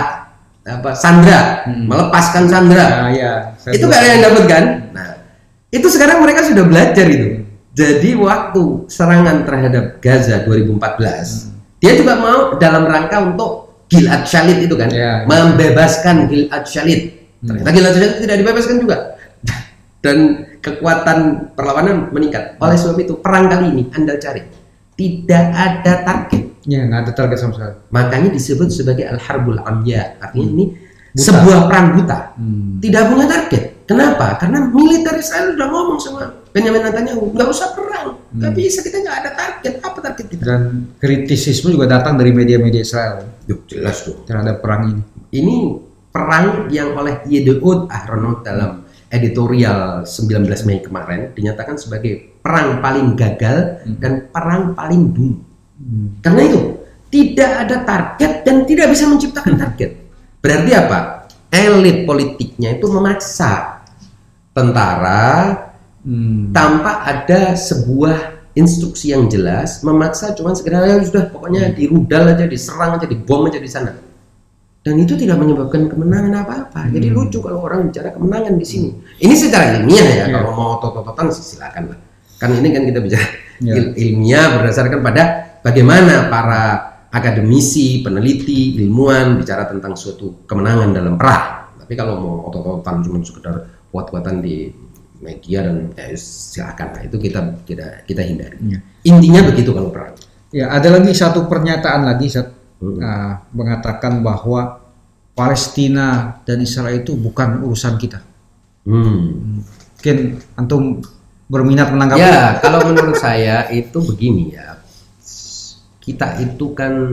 Speaker 2: sandra, melepaskan sandra. Itu nggak ada yang dapat kan? Nah, itu sekarang mereka sudah belajar itu. Jadi waktu serangan terhadap Gaza 2014 Dia juga mau dalam rangka untuk Gilad Shalit itu kan, membebaskan Gilad Shalit. Ternyata Gilad Shalit tidak dibebaskan juga. Dan kekuatan perlawanan meningkat. Oleh sebab itu, perang kali ini Anda cari, tidak ada target.
Speaker 1: Ya, nggak ada target sama sekali.
Speaker 2: Makanya disebut sebagai Al-Harbul Amya. Artinya ini sebuah perang buta. Tidak punya target. Kenapa? Karena militer Israel sudah ngomong sama Benjamin Netanyahu, nggak usah perang. Nggak bisa, kita nggak ada target. Apa target kita?
Speaker 1: Dan kritisisme juga datang dari media-media Israel.
Speaker 2: Yuk, jelas tuh.
Speaker 1: Terhadap perang ini.
Speaker 2: Ini perang yang oleh Yehuda Ahronot dalam editorial 19 Mei kemarin dinyatakan sebagai perang paling gagal dan perang paling bunyi. Karena itu tidak ada target dan tidak bisa menciptakan target. Berarti apa? Elit politiknya itu memaksa tentara tanpa ada sebuah instruksi yang jelas, memaksa cuman sekedar ya sudah pokoknya dirudal aja, diserang aja, dibom aja di sana. Dan itu tidak menyebabkan kemenangan apa-apa. Jadi lucu kalau orang bicara kemenangan di sini. Ini secara ilmiah ya, kalau mau otot-ototan silakan lah. Kan ini kan kita bicara ilmiah berdasarkan pada bagaimana para akademisi, peneliti, ilmuwan bicara tentang suatu kemenangan dalam perang. Tapi kalau mau otot-ototan cuma sekedar kuat-kuatan di media dan silakan. Nah, itu kita hindari. Intinya begitu kalau perang.
Speaker 1: Ya, ada lagi satu pernyataan lagi mengatakan bahwa Palestina dan Israel itu bukan urusan kita. Mungkin antum berminat menanggapi?
Speaker 2: Ya, kalau menurut saya itu begini ya. Kita itu kan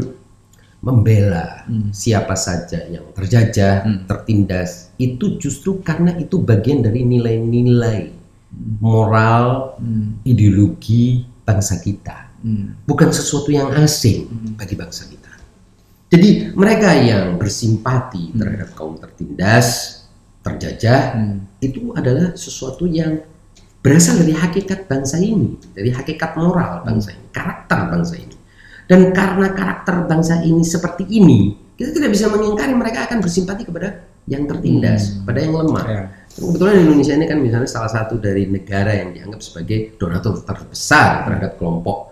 Speaker 2: membela siapa saja yang terjajah, tertindas, itu justru karena itu bagian dari nilai-nilai moral, ideologi bangsa kita. Bukan sesuatu yang asing bagi bangsa kita. Jadi mereka yang bersimpati terhadap kaum tertindas, terjajah, itu adalah sesuatu yang berasal dari hakikat bangsa ini, dari hakikat moral bangsa ini, karakter bangsa ini. Dan karena karakter bangsa ini seperti ini, kita tidak bisa mengingkari mereka akan bersimpati kepada yang tertindas, pada yang lemah. Kebetulan Indonesia ini kan misalnya salah satu dari negara yang dianggap sebagai donatur terbesar terhadap kelompok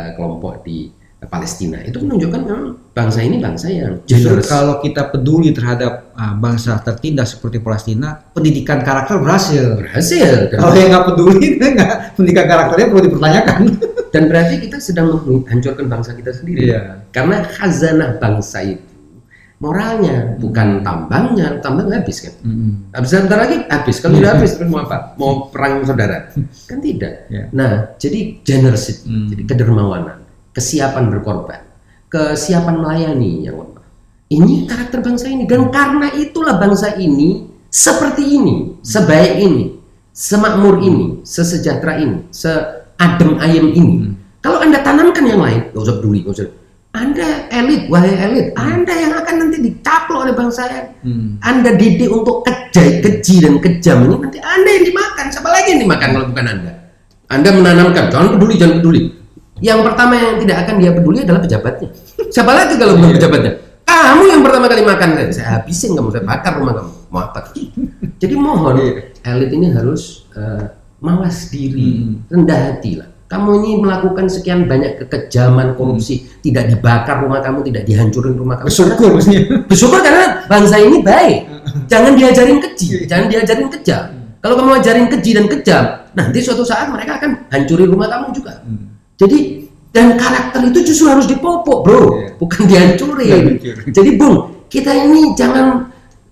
Speaker 2: di Palestina. Itu menunjukkan memang bangsa ini bangsa yang
Speaker 1: generous. Kalau kita peduli terhadap bangsa tertindas seperti Palestina, pendidikan karakter berhasil. Kalau yang nggak peduli, pendidikan karakternya perlu dipertanyakan.
Speaker 2: Dan berarti kita sedang menghancurkan bangsa kita sendiri. Karena khazanah bangsa itu moralnya, bukan tambang habis kan. Habis sebentar lagi habis. Kalau sudah habis terus mau apa? Mau perang saudara? Kan tidak. Nah, jadi generosity, jadi kedermawanan, kesiapan berkorban, kesiapan melayani yang lemah. Ini karakter bangsa ini, dan karena itulah bangsa ini seperti ini, sebaik ini, semakmur ini, sesejahtera ini, adem ayem ini. Kalau Anda tanamkan yang lain, nggak usah peduli, nggak usah. Anda elit, wahai elit, Anda yang akan nanti dicaplok oleh bangsa yang Anda didik untuk keji dan kejam ini, nanti Anda yang dimakan. Siapa lagi yang dimakan kalau bukan Anda? Anda menanamkan, jangan peduli. Yang pertama yang tidak akan dia peduli adalah pejabatnya. Siapa lagi kalau bukan pejabatnya? Kamu yang pertama kali makan, saya habisin kamu, saya bakar rumah kamu. Mau apa? Jadi mohon, elit ini harus mawas diri, rendah hati lah. Kamu ini melakukan sekian banyak kekejaman, korupsi, tidak dibakar rumah kamu, tidak dihancurin rumah kamu. Bersyukur karena bangsa ini baik. Jangan diajarin keji, jangan diajarin kejam. Kalau kamu ajarin keji dan kejam, nanti suatu saat mereka akan hancurin rumah kamu juga. Jadi, dan karakter itu justru harus dipupuk, bro, bukan dihancurin. Jadi, Bung, kita ini jangan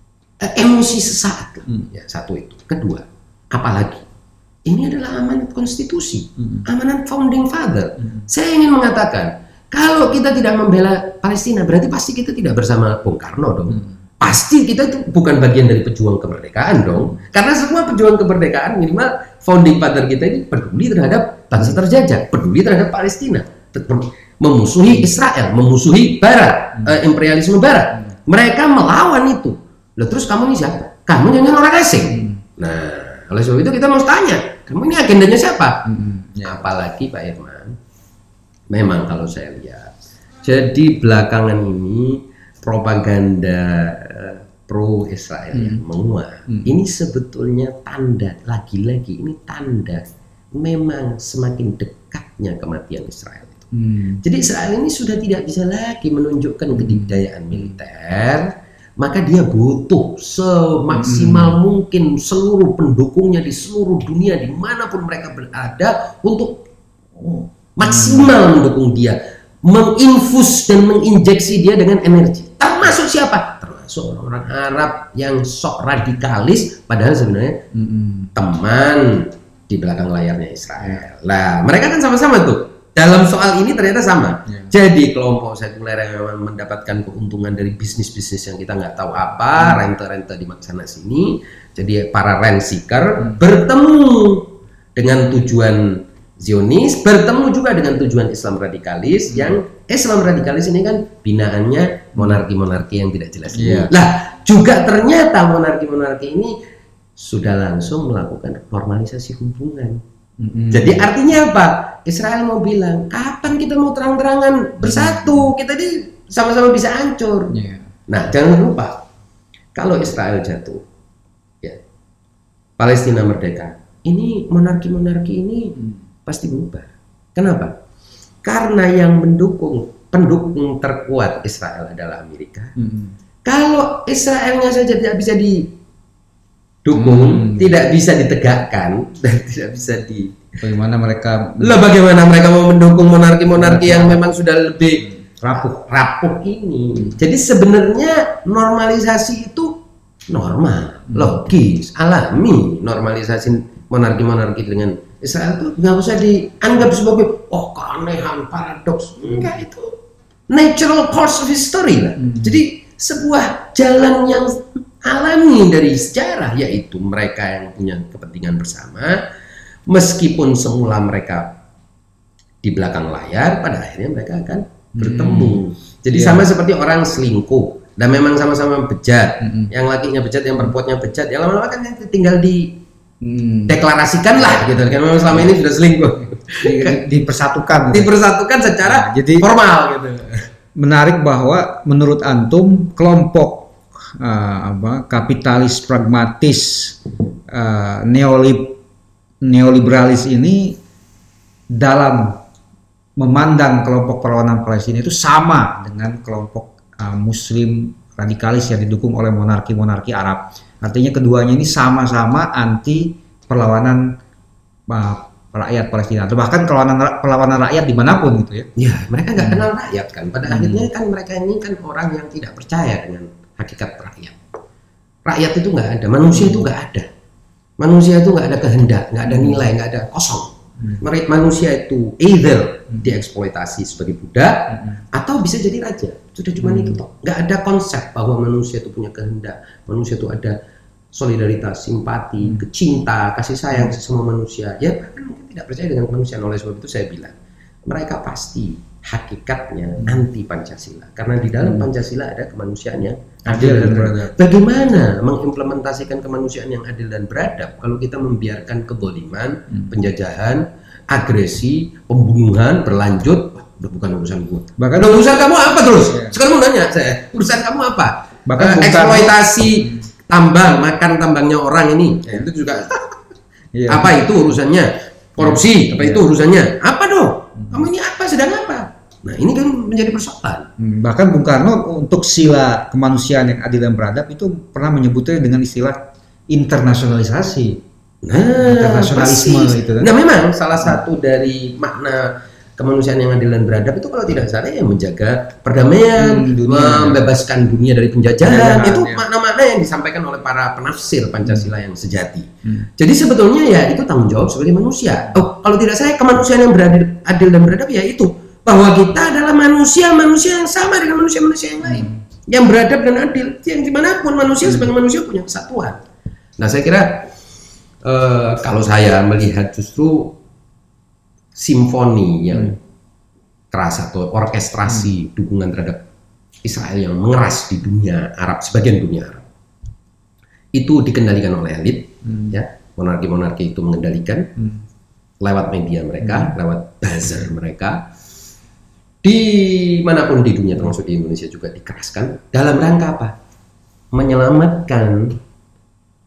Speaker 2: emosi sesaat. Ya, satu itu. Kedua, apalagi? Ini adalah amanat konstitusi, amanat founding father. Saya ingin mengatakan, kalau kita tidak membela Palestina, berarti pasti kita tidak bersama Bung Karno dong. Pasti kita itu bukan bagian dari pejuang kemerdekaan dong. Karena semua pejuang kemerdekaan minimal founding father kita ini peduli terhadap bangsa terjajah, peduli terhadap Palestina, memusuhi Israel, memusuhi Barat, imperialisme Barat. Mereka melawan itu. Loh, terus kamu ini siapa? Kamu jangan orang asing. Nah, oleh sebab itu kita mau tanya, kamu ini agendanya siapa? Apalagi Pak Irman, memang kalau saya lihat, jadi belakangan ini propaganda pro Israel yang menguat. Ini sebetulnya tanda, lagi-lagi ini tanda memang semakin dekatnya kematian Israel itu. Jadi Israel ini sudah tidak bisa lagi menunjukkan kedikdayaan militer, maka dia butuh semaksimal mungkin seluruh pendukungnya di seluruh dunia dimanapun mereka berada untuk maksimal mendukung dia, menginfus dan menginjeksi dia dengan energi. Termasuk siapa? Termasuk orang-orang Arab yang sok radikalis, padahal sebenarnya teman di belakang layarnya Israel. Lah, mereka kan sama-sama tuh. Dalam soal ini ternyata sama. Jadi kelompok sekuler yang memang mendapatkan keuntungan dari bisnis-bisnis yang kita nggak tahu apa, rente-rente di sana sini. Jadi para rent seeker bertemu dengan tujuan Zionis, bertemu juga dengan tujuan Islam radikalis, yang Islam radikalis ini kan binaannya monarki-monarki yang tidak jelas. Lah, juga ternyata monarki-monarki ini sudah langsung melakukan normalisasi hubungan. Jadi artinya apa? Israel mau bilang, kapan kita mau terang-terangan bersatu? Kita ini sama-sama bisa hancur. Nah, jangan lupa, kalau Israel jatuh, ya, Palestina merdeka, ini monarki-monarki ini pasti berubah. Kenapa? Karena yang pendukung terkuat Israel adalah Amerika. Kalau Israelnya saja tidak bisa didukung, tidak bisa ditegakkan, dan tidak bisa
Speaker 1: bagaimana mereka
Speaker 2: mau mendukung monarki-monarki yang memang sudah lebih rapuh ini. Jadi sebenarnya normalisasi itu normal, logis, alami. Normalisasi monarki-monarki dengan Israel itu nggak usah dianggap sebagai keanehan, paradoks. Enggak, itu natural course of history lah. Jadi sebuah jalan yang alami dari sejarah, yaitu mereka yang punya kepentingan bersama, meskipun semula mereka di belakang layar, pada akhirnya mereka akan bertemu. Jadi sama seperti orang selingkuh dan memang sama-sama bejat, yang lakinya bejat, yang perempuannya bejat, ya lama-lama kan tinggal deklarasikan lah gitu kan, memang selama ini sudah selingkuh, dipersatukan secara jadi formal gitu.
Speaker 1: Menarik bahwa menurut antum kelompok kapitalis pragmatis neoliberalis ini dalam memandang kelompok perlawanan Palestina itu sama dengan kelompok Muslim radikalis yang didukung oleh monarki-monarki Arab. Artinya keduanya ini sama-sama anti perlawanan rakyat Palestina, atau bahkan perlawanan rakyat dimanapun gitu ya.
Speaker 2: Ya, mereka nggak kenal rakyat kan. Pada akhirnya kan mereka ini kan orang yang tidak percaya dengan hakikat rakyat. Rakyat itu nggak ada, manusia itu nggak ada. Manusia itu nggak ada kehendak, nggak ada nilai, nggak ada, kosong. Manusia itu either dieksploitasi sebagai budak atau bisa jadi raja. Sudah cuma itu toh. Nggak ada konsep bahwa manusia itu punya kehendak, manusia itu ada solidaritas, simpati, cinta, kasih sayang sesama manusia. Ya bahkan mungkin tidak percaya dengan kemanusiaan. Oleh sebab itu saya bilang, mereka pasti hakikatnya anti Pancasila, karena di dalam Pancasila ada kemanusiaan yang adil dan beradab. Bagaimana mengimplementasikan kemanusiaan yang adil dan beradab kalau kita membiarkan kezaliman, penjajahan, agresi, pembunuhan berlanjut? Udah bukan urusan gue. Bahkan urusan kamu apa terus? Sekarang mau nanya saya, urusan kamu apa? Bahkan eksploitasi tambang, makan tambangnya orang ini, itu juga apa itu urusannya? Korupsi, apa itu urusannya? Apa dong? Kamu ini apa, sedang apa? Nah ini kan menjadi persoalan.
Speaker 1: Bahkan Bung Karno untuk sila kemanusiaan yang adil dan beradab itu pernah menyebutnya dengan istilah internasionalisasi. Internasionalisme itu kan.
Speaker 2: Nah memang salah satu dari makna kemanusiaan yang adil dan beradab itu kalau tidak salah ya menjaga perdamaian, membebaskan dunia dari penjajahan. Itu makna-makna yang disampaikan oleh para penafsir Pancasila yang sejati. Jadi sebetulnya ya itu tanggung jawab sebagai manusia. Kalau tidak salah kemanusiaan yang adil dan beradab ya itu bahwa kita adalah manusia yang sama dengan manusia-manusia yang lain, yang beradab dan adil, yang dimanapun manusia sebagai manusia punya kesatuan. Nah saya kira kalau saya melihat justru simfoni yang keras atau orkestrasi dukungan terhadap Israel yang mengeras di dunia Arab, sebagian dunia Arab itu dikendalikan oleh elit, ya monarki-monarki itu mengendalikan lewat media mereka, lewat buzzer mereka, dimanapun di dunia termasuk di Indonesia juga dikeraskan dalam rangka apa? Menyelamatkan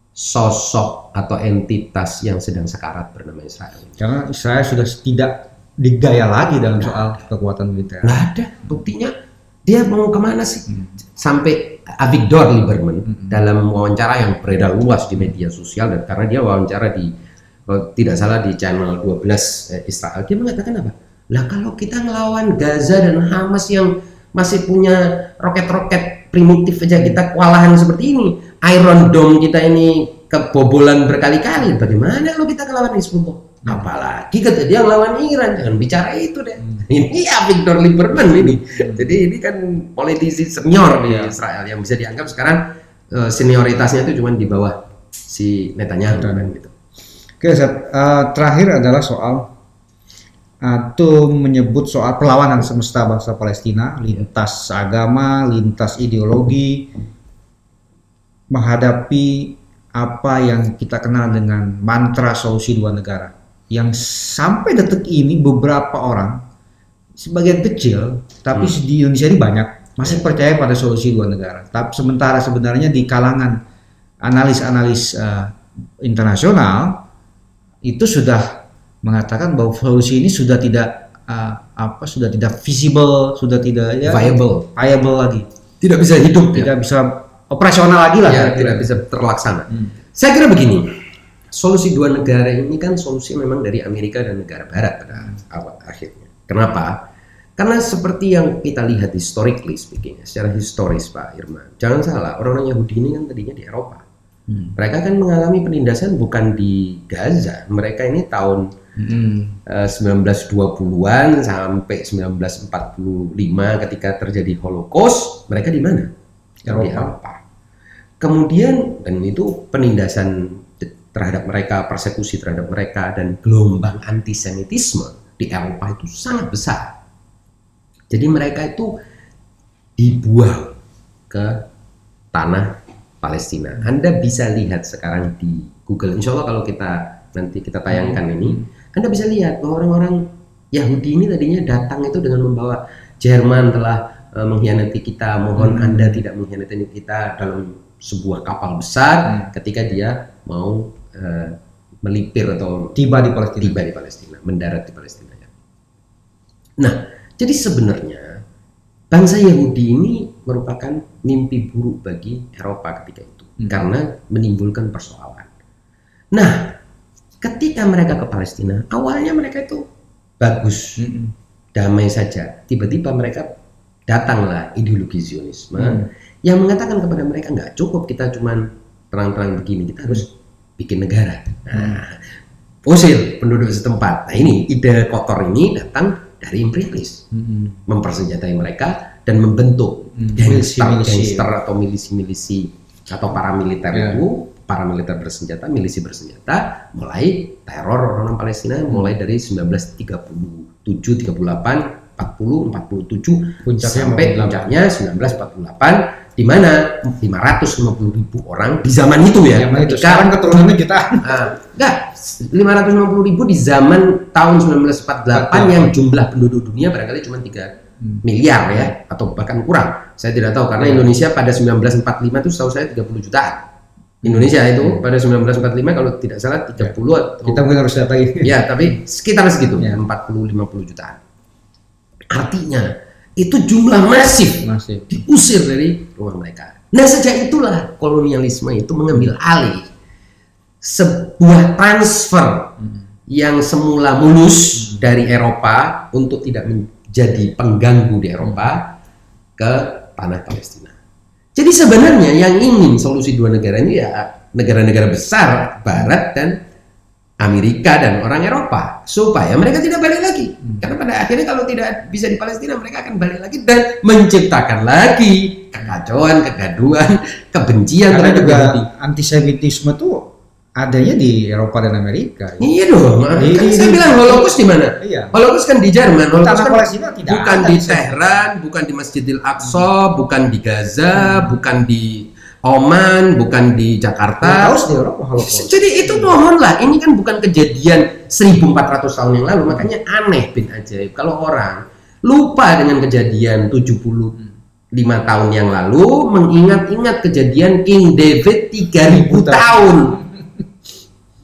Speaker 2: sosok atau entitas yang sedang sekarat bernama Israel.
Speaker 1: Karena Israel sudah tidak digdaya lagi dalam soal kekuatan militer.
Speaker 2: Nggak ada buktinya. Dia mau kemana sih? Sampai Avigdor Lieberman dalam wawancara yang beredar luas di media sosial, dan karena dia wawancara di tidak salah di channel 12 Israel, dia mengatakan apa? Lah kalau kita ngelawan Gaza dan Hamas yang masih punya roket-roket primitif aja kita kewalahan seperti ini, Iron Dome kita ini kebobolan berkali-kali, bagaimana kalau kita ngelawan Hizbullah? Apalagi kata dia ngelawan Iran, jangan bicara itu deh. Ini Avigdor Lieberman ini. Jadi ini kan politisi senior di Israel yang bisa dianggap sekarang senioritasnya itu cuma di bawah si Netanyahu kan gitu.
Speaker 1: Oke, terakhir adalah soal atau menyebut soal perlawanan semesta bangsa Palestina, lintas agama, lintas ideologi, menghadapi apa yang kita kenal dengan mantra solusi dua negara. Yang sampai detik ini beberapa orang, sebagian kecil, tapi di Indonesia ini banyak, masih percaya pada solusi dua negara. Tapi sementara sebenarnya di kalangan analis-analis internasional itu sudah mengatakan bahwa solusi ini sudah tidak sudah tidak visible, sudah tidak viable lagi.
Speaker 2: Tidak bisa hidup,
Speaker 1: tidak bisa operasional lagi lah.
Speaker 2: Ya, tidak bisa terlaksana. Saya kira begini. Solusi dua negara ini kan solusi memang dari Amerika dan negara Barat pada awal akhirnya. Kenapa? Karena seperti yang kita lihat historically speaking, secara historis Pak Irman, jangan salah, orang-orang Yahudi ini kan tadinya di Eropa. Mereka kan mengalami penindasan bukan di Gaza. Mereka ini tahun 1920-an sampai 1945 ketika terjadi Holocaust, mereka di mana? Di Eropa. Kemudian, dan itu penindasan terhadap mereka, persekusi terhadap mereka, dan gelombang antisemitisme di Eropa itu sangat besar. Jadi mereka itu dibuang ke tanah Palestina. Anda bisa lihat sekarang di Google, insya Allah kalau nanti kita tayangkan ini, Anda bisa lihat bahwa orang-orang Yahudi ini tadinya datang itu dengan membawa Jerman telah mengkhianati kita, mohon Anda tidak mengkhianati kita, dalam sebuah kapal besar ketika dia mau melipir atau tiba di Palestina, mendarat di Palestina. Nah, jadi sebenarnya bangsa Yahudi ini merupakan mimpi buruk bagi Eropa ketika itu karena menimbulkan persoalan. Nah, ketika mereka ke Palestina, awalnya mereka itu bagus, damai saja. Tiba-tiba mereka datanglah ideologi Zionisme yang mengatakan kepada mereka nggak cukup kita cuman terang-terang begini, kita harus bikin negara. Nah, usir penduduk setempat. Nah, ini ide kotor ini datang dari imperialis, mempersenjatai mereka dan membentuk gangster atau milisi-milisi atau paramiliter itu, paramiliter bersenjata, milisi bersenjata, mulai teror orang Palestina mulai dari 1937, 38, 40, 47 sampai puncaknya 1948. Di mana 550.000 orang di zaman itu ya,
Speaker 1: sekarang keturunannya jutaan.
Speaker 2: Enggak, 550.000 di zaman tahun 1948 yang jumlah penduduk dunia barangkali cuma 3 miliar ya, atau bahkan kurang. Saya tidak tahu karena Indonesia pada 1945 itu setahu saya 30 jutaan. Indonesia itu pada 1945 kalau tidak salah 30 atau
Speaker 1: kita mungkin harus data ini.
Speaker 2: Ya, tapi sekitar segitu, 40-50 jutaan. Artinya itu jumlah masif diusir dari rumah mereka. Nah, sejak itulah kolonialisme itu mengambil alih sebuah transfer yang semula mulus dari Eropa untuk tidak menjadi pengganggu di Eropa ke tanah Palestina. Jadi sebenarnya yang ingin solusi dua negara ini ya negara-negara besar Barat dan Amerika dan orang Eropa, supaya mereka tidak balik lagi. Karena pada akhirnya kalau tidak bisa di Palestina, mereka akan balik lagi dan menciptakan lagi kekacauan, kegaduhan, kebencian terhadap Yahudi.
Speaker 1: Antisemitisme itu adanya di Eropa dan Amerika.
Speaker 2: Iya dong. Kan saya bilang Holocaust di mana?
Speaker 1: Iya.
Speaker 2: Holocaust kan di Jerman. Holocaust kan
Speaker 1: Palestina tidak
Speaker 2: bukan di Tehran, bukan di Masjidil Aqsa, bukan di Gaza, bukan di Oman, bukan di Jakarta.
Speaker 1: Di Eropa.
Speaker 2: Jadi itu mohonlah, ini kan bukan kejadian 1400 tahun yang lalu, makanya aneh bin ajaib kalau orang lupa dengan kejadian 75 tahun yang lalu, mengingat-ingat kejadian King David 3000 tahun.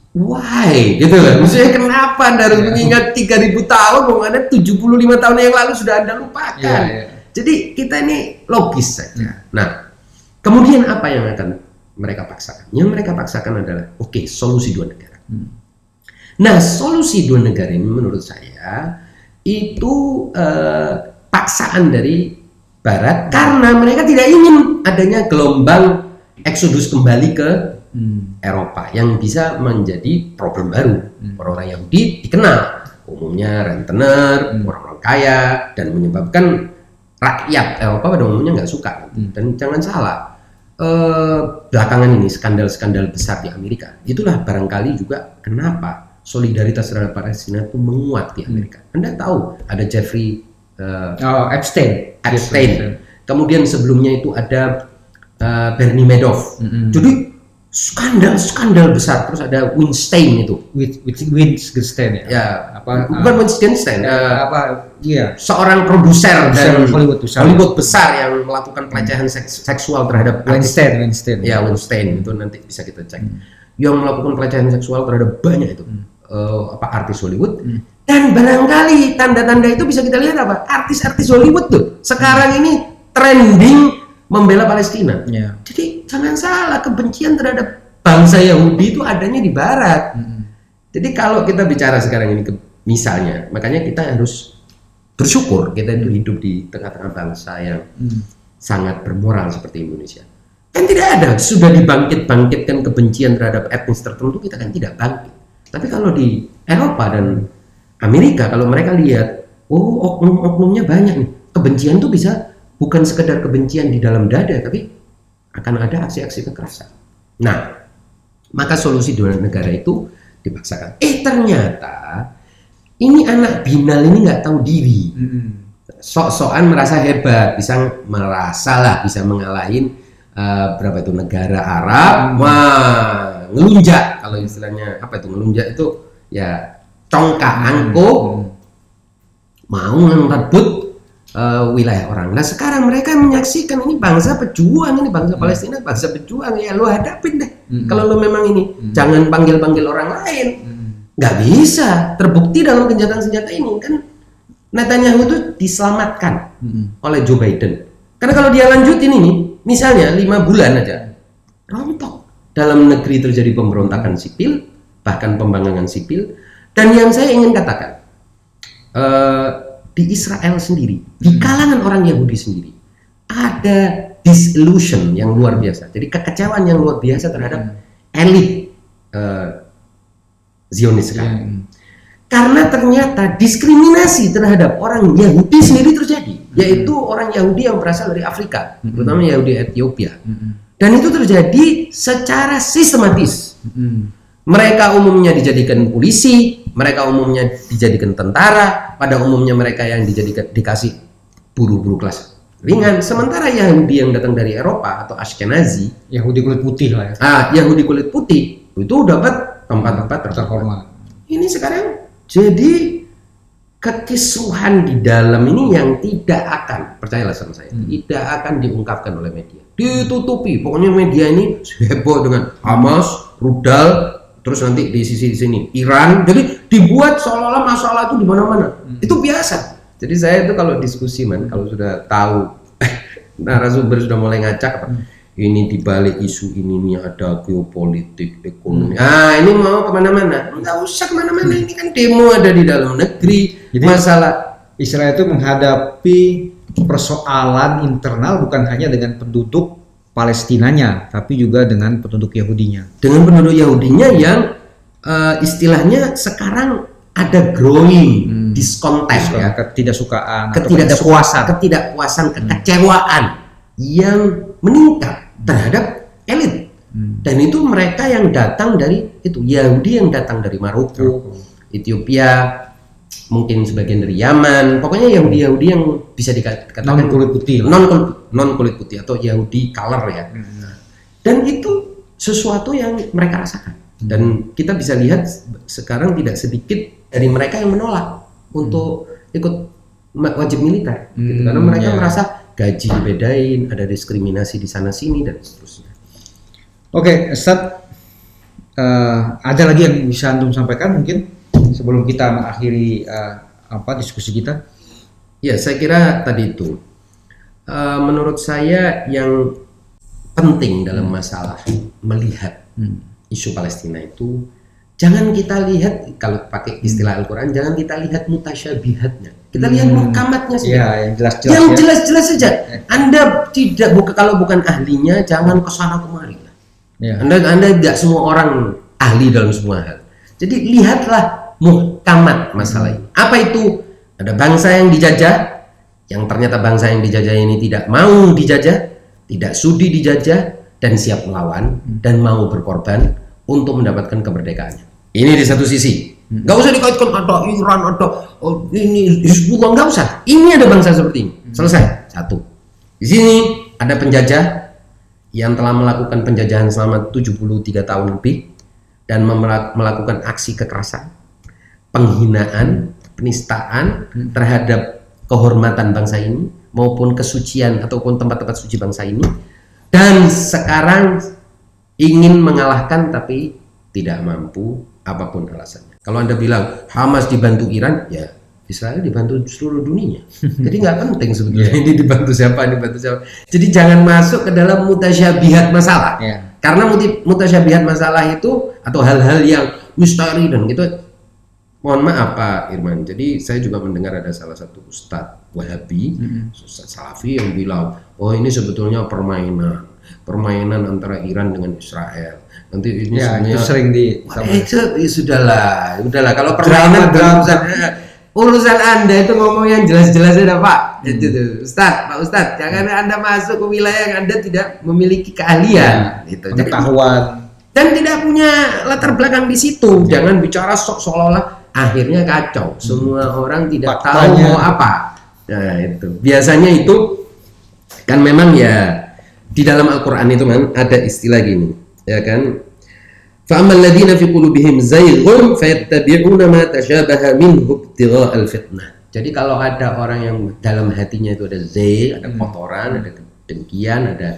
Speaker 2: why gitu loh. Maksudnya kenapa Anda harus mengingat 3.000 tahun, mau ada 75 tahun yang lalu sudah Anda lupakan. Jadi kita ini logis saja. Nah, kemudian apa yang akan mereka paksakan? Yang mereka paksakan adalah solusi dua negara. Nah, solusi dua negara ini menurut saya itu paksaan dari Barat karena mereka tidak ingin adanya gelombang eksodus kembali ke Eropa yang bisa menjadi problem baru. Orang-orang Yahudi dikenal umumnya rentenir, orang-orang kaya, dan menyebabkan rakyat Eropa pada umumnya nggak suka. Dan jangan salah, belakangan ini skandal-skandal besar di Amerika itulah barangkali juga kenapa solidaritas terhadap Palestina itu menguat di Amerika. Anda tahu ada Jeffrey Epstein. Kemudian sebelumnya itu ada Bernie Madoff. Jadi skandal besar. Terus ada Weinstein itu.
Speaker 1: Weinstein
Speaker 2: ya. Bukan Weinstein. Seorang produser dari Hollywood besar yang melakukan pelecehan seksual terhadap
Speaker 1: Weinstein.
Speaker 2: Ya, Weinstein itu nanti bisa kita cek. Yang melakukan pelecehan seksual terhadap banyak itu artis Hollywood. Dan barangkali tanda-tanda itu bisa kita lihat apa? Artis-artis Hollywood tuh sekarang ini trending membela Palestina. Jadi jangan salah, kebencian terhadap bangsa Yahudi itu adanya di Barat. Jadi kalau kita bicara sekarang ini misalnya, makanya kita harus bersyukur kita itu hidup di tengah-tengah bangsa yang sangat bermoral seperti Indonesia. Kan tidak ada, sudah dibangkit-bangkitkan kebencian terhadap etnis tertentu, kita kan tidak bangkit. Tapi kalau di Eropa dan Amerika, kalau mereka lihat, oknum-oknumnya banyak nih, kebencian itu bisa bukan sekedar kebencian di dalam dada, tapi akan ada aksi-aksi kekerasan. Nah, maka solusi dua negara itu dipaksakan. Ternyata ini anak binal ini nggak tahu diri, sok-sokan merasa hebat, bisa mengalahin berapa itu negara Arab, ngelunjak. Kalau istilahnya apa itu ngelunjak itu ya congkak angkuh, mau ngerebut wilayah orang. Nah sekarang mereka menyaksikan ini bangsa pejuang, ini bangsa Palestina bangsa pejuang, ya lo hadapin deh. Kalau lo memang ini jangan panggil orang lain. Nggak bisa terbukti dalam gencatan senjata ini kan. Netanyahu itu diselamatkan oleh Joe Biden. Karena kalau dia lanjutin ini, misalnya 5 bulan aja rontok. Dalam negeri terjadi pemberontakan sipil, bahkan pembangkangan sipil. Dan yang saya ingin katakan, di Israel sendiri, di kalangan orang Yahudi sendiri, ada disillusion yang luar biasa. Jadi kekecewaan yang luar biasa terhadap elit Zionis sekarang. Karena ternyata diskriminasi terhadap orang Yahudi sendiri terjadi, yaitu orang Yahudi yang berasal dari Afrika, terutama Yahudi Ethiopia. Dan itu terjadi secara sistematis. Mereka umumnya dijadikan polisi, mereka umumnya dijadikan tentara, pada umumnya mereka yang dikasih buruh-buruh kelas ringan. Sementara Yahudi yang datang dari Eropa atau Ashkenazi,
Speaker 1: Yahudi kulit putih lah ya.
Speaker 2: Yahudi kulit putih itu dapat tempat-tempat terhormat. Ini sekarang jadi kekisruhan di dalam ini yang tidak akan, percayalah sama saya, tidak akan diungkapkan oleh media. Ditutupi, pokoknya media ini heboh dengan Hamas, rudal, terus nanti di sisi sini Iran, jadi dibuat seolah-olah masalah itu di mana-mana. Itu biasa. Jadi saya itu kalau diskusi kalau sudah tahu narasumber sudah mulai ngacak ini dibalik isu ini nih ada geopolitik, ekonomi. Ini mau kemana-mana? Nggak usah kemana-mana. Ini kan demo ada di dalam negeri. Jadi masalah
Speaker 1: Israel itu menghadapi persoalan internal bukan hanya dengan penduduk Palestinanya, tapi juga dengan penduduk Yahudinya.
Speaker 2: Dengan penduduk Yahudinya yang istilahnya sekarang ada growing discontent, ya,
Speaker 1: ketidaksukaan,
Speaker 2: ketidakpuasan, kekecewaan yang meningkat terhadap elit. Dan itu mereka yang datang dari itu, Yahudi yang datang dari Maroko, Ethiopia, mungkin sebagian dari Yaman, pokoknya Yahudi yang bisa dikatakan
Speaker 1: non kulit putih,
Speaker 2: non kulit putih atau Yahudi color ya. Dan itu sesuatu yang mereka rasakan. Dan kita bisa lihat sekarang tidak sedikit dari mereka yang menolak untuk ikut wajib militer, gitu. Karena mereka merasa gaji dibedain, ada diskriminasi di sana sini dan seterusnya.
Speaker 1: Oke, Ustaz, Ada lagi yang bisa antum sampaikan mungkin sebelum kita mengakhiri diskusi kita?
Speaker 2: Ya, saya kira tadi itu. Menurut saya yang penting dalam masalah melihat isu Palestina itu, jangan kita lihat, kalau pakai istilah Al-Quran, jangan kita lihat mutasyabihatnya. Kita lihat muhkamatnya saja.
Speaker 1: Ya, yang jelas-jelas.
Speaker 2: Yang jelas-jelas saja. Anda tidak kalau bukan ahlinya, jangan kesana kemari. Ya. Anda tidak semua orang ahli dalam semua hal. Jadi lihatlah muhkamat masalah ini. Apa itu? Ada bangsa yang dijajah, yang ternyata bangsa yang dijajah ini tidak mau dijajah, tidak sudi dijajah, dan siap melawan dan mau berkorban untuk mendapatkan kemerdekaannya. Ini di satu sisi. Nggak usah dikaitkan ada Iran, ada ini Hizbullah, nggak usah. Ini ada bangsa seperti ini. Selesai. Satu. Di sini ada penjajah yang telah melakukan penjajahan selama 73 tahun lebih dan melakukan aksi kekerasan, penghinaan, penistaan terhadap kehormatan bangsa ini maupun kesucian ataupun tempat-tempat suci bangsa ini, dan sekarang ingin mengalahkan tapi tidak mampu apapun alasannya. Kalau Anda bilang Hamas dibantu Iran, ya Israel dibantu seluruh dunia. Jadi nggak penting sebetulnya ini dibantu siapa. Jadi jangan masuk ke dalam mutasyabihat masalah. Karena mutasyabihat masalah itu atau hal-hal yang misteri dan gitu. Mohon maaf Pak Irman. Jadi saya juga mendengar ada salah satu Ustadz Wahabi, Ustadz Salafi yang bilang, oh ini sebetulnya permainan antara Iran dengan Israel. Nanti ini sebenarnya
Speaker 1: itu sering
Speaker 2: sudahlah. Kalau permainan urusan Anda itu ngomong yang jelas-jelas aja Pak. Pak Ustadz, jangan Anda masuk ke wilayah yang Anda tidak memiliki keahlian,
Speaker 1: pengetahuan
Speaker 2: dan tidak punya latar belakang di situ. Jangan bicara seolah-olah akhirnya kacau. Semua orang tidak tahu mau apa. Nah itu biasanya itu kan memang ya di dalam Al-Quran itu kan ada istilah gini, ya kan? فَأَمَّا الَّذِينَ فِي قُلُوبِهِمْ زَيْغٌ فَيَتَّبِعُونَ مَا تَشَابَهَ مِنْهُ ابْتِغَاءَ الْفِتْنَةِ. Jadi kalau ada orang yang dalam hatinya itu ada zayg, ada kotoran, ada kedengkian, ada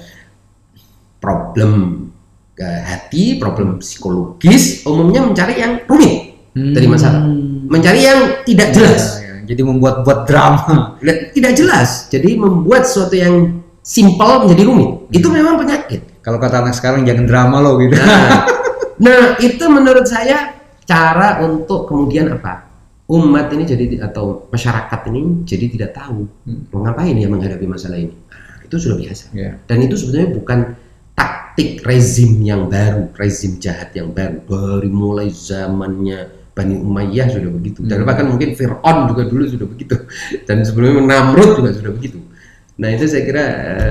Speaker 2: problem hati, problem psikologis, umumnya mencari yang rumit dari masalah, mencari yang tidak jelas.
Speaker 1: Jadi membuat drama.
Speaker 2: Tidak jelas, jadi membuat sesuatu yang simpel menjadi rumit. Itu memang penyakit.
Speaker 1: Kalau kata anak sekarang jangan drama loh gitu.
Speaker 2: Nah itu menurut saya cara untuk kemudian apa? Umat ini jadi atau masyarakat ini jadi tidak tahu mau ngapain ya menghadapi masalah ini. Nah, itu sudah biasa. Dan itu sebenarnya bukan taktik rezim yang baru, rezim jahat yang baru. Dari mulai zamannya Bani Umayyah sudah begitu. Dan bahkan mungkin Fir'aun juga dulu sudah begitu. Dan sebelumnya Namrud juga sudah begitu. Nah itu saya kira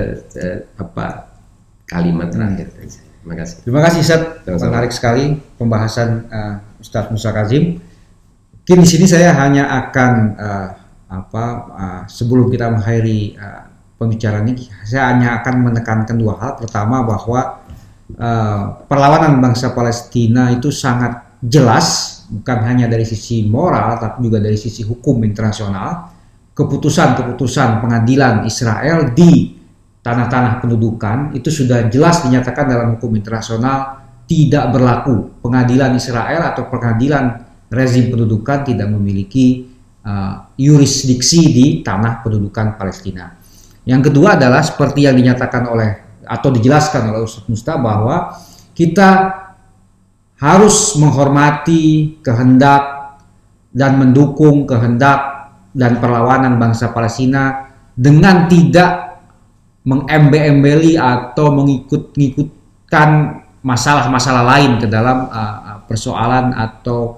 Speaker 2: kalimat terakhir.
Speaker 1: Terima kasih Ustaz, menarik sekali pembahasan Ustadz Musa Kazim. Mungkin di sini saya hanya akan sebelum kita mengakhiri pembicaraan ini, saya hanya akan menekankan dua hal. Pertama bahwa perlawanan bangsa Palestina itu sangat jelas, bukan hanya dari sisi moral, tapi juga dari sisi hukum internasional. Keputusan pengadilan Israel di tanah-tanah pendudukan itu sudah jelas dinyatakan dalam hukum internasional tidak berlaku. Pengadilan Israel atau pengadilan rezim pendudukan tidak memiliki yurisdiksi di tanah pendudukan Palestina. Yang kedua adalah seperti yang dinyatakan atau dijelaskan oleh Ustadz Musta, bahwa kita harus menghormati kehendak dan mendukung kehendak dan perlawanan bangsa Palestina dengan tidak mengembe-embeli atau mengikutkan masalah-masalah lain ke dalam persoalan atau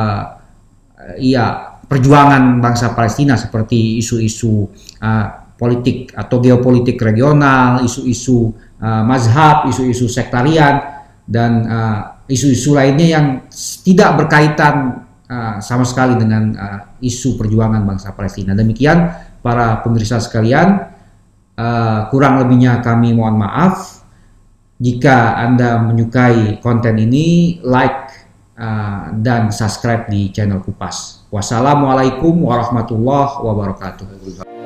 Speaker 1: perjuangan bangsa Palestina, seperti isu-isu politik atau geopolitik regional, isu-isu mazhab, isu-isu sektarian, dan isu-isu lainnya yang tidak berkaitan sama sekali dengan isu perjuangan bangsa Palestina. Demikian para pemirsa sekalian. Kurang lebihnya kami mohon maaf. Jika Anda menyukai konten ini, like dan subscribe di channel Kupas. Wassalamualaikum warahmatullahi wabarakatuh.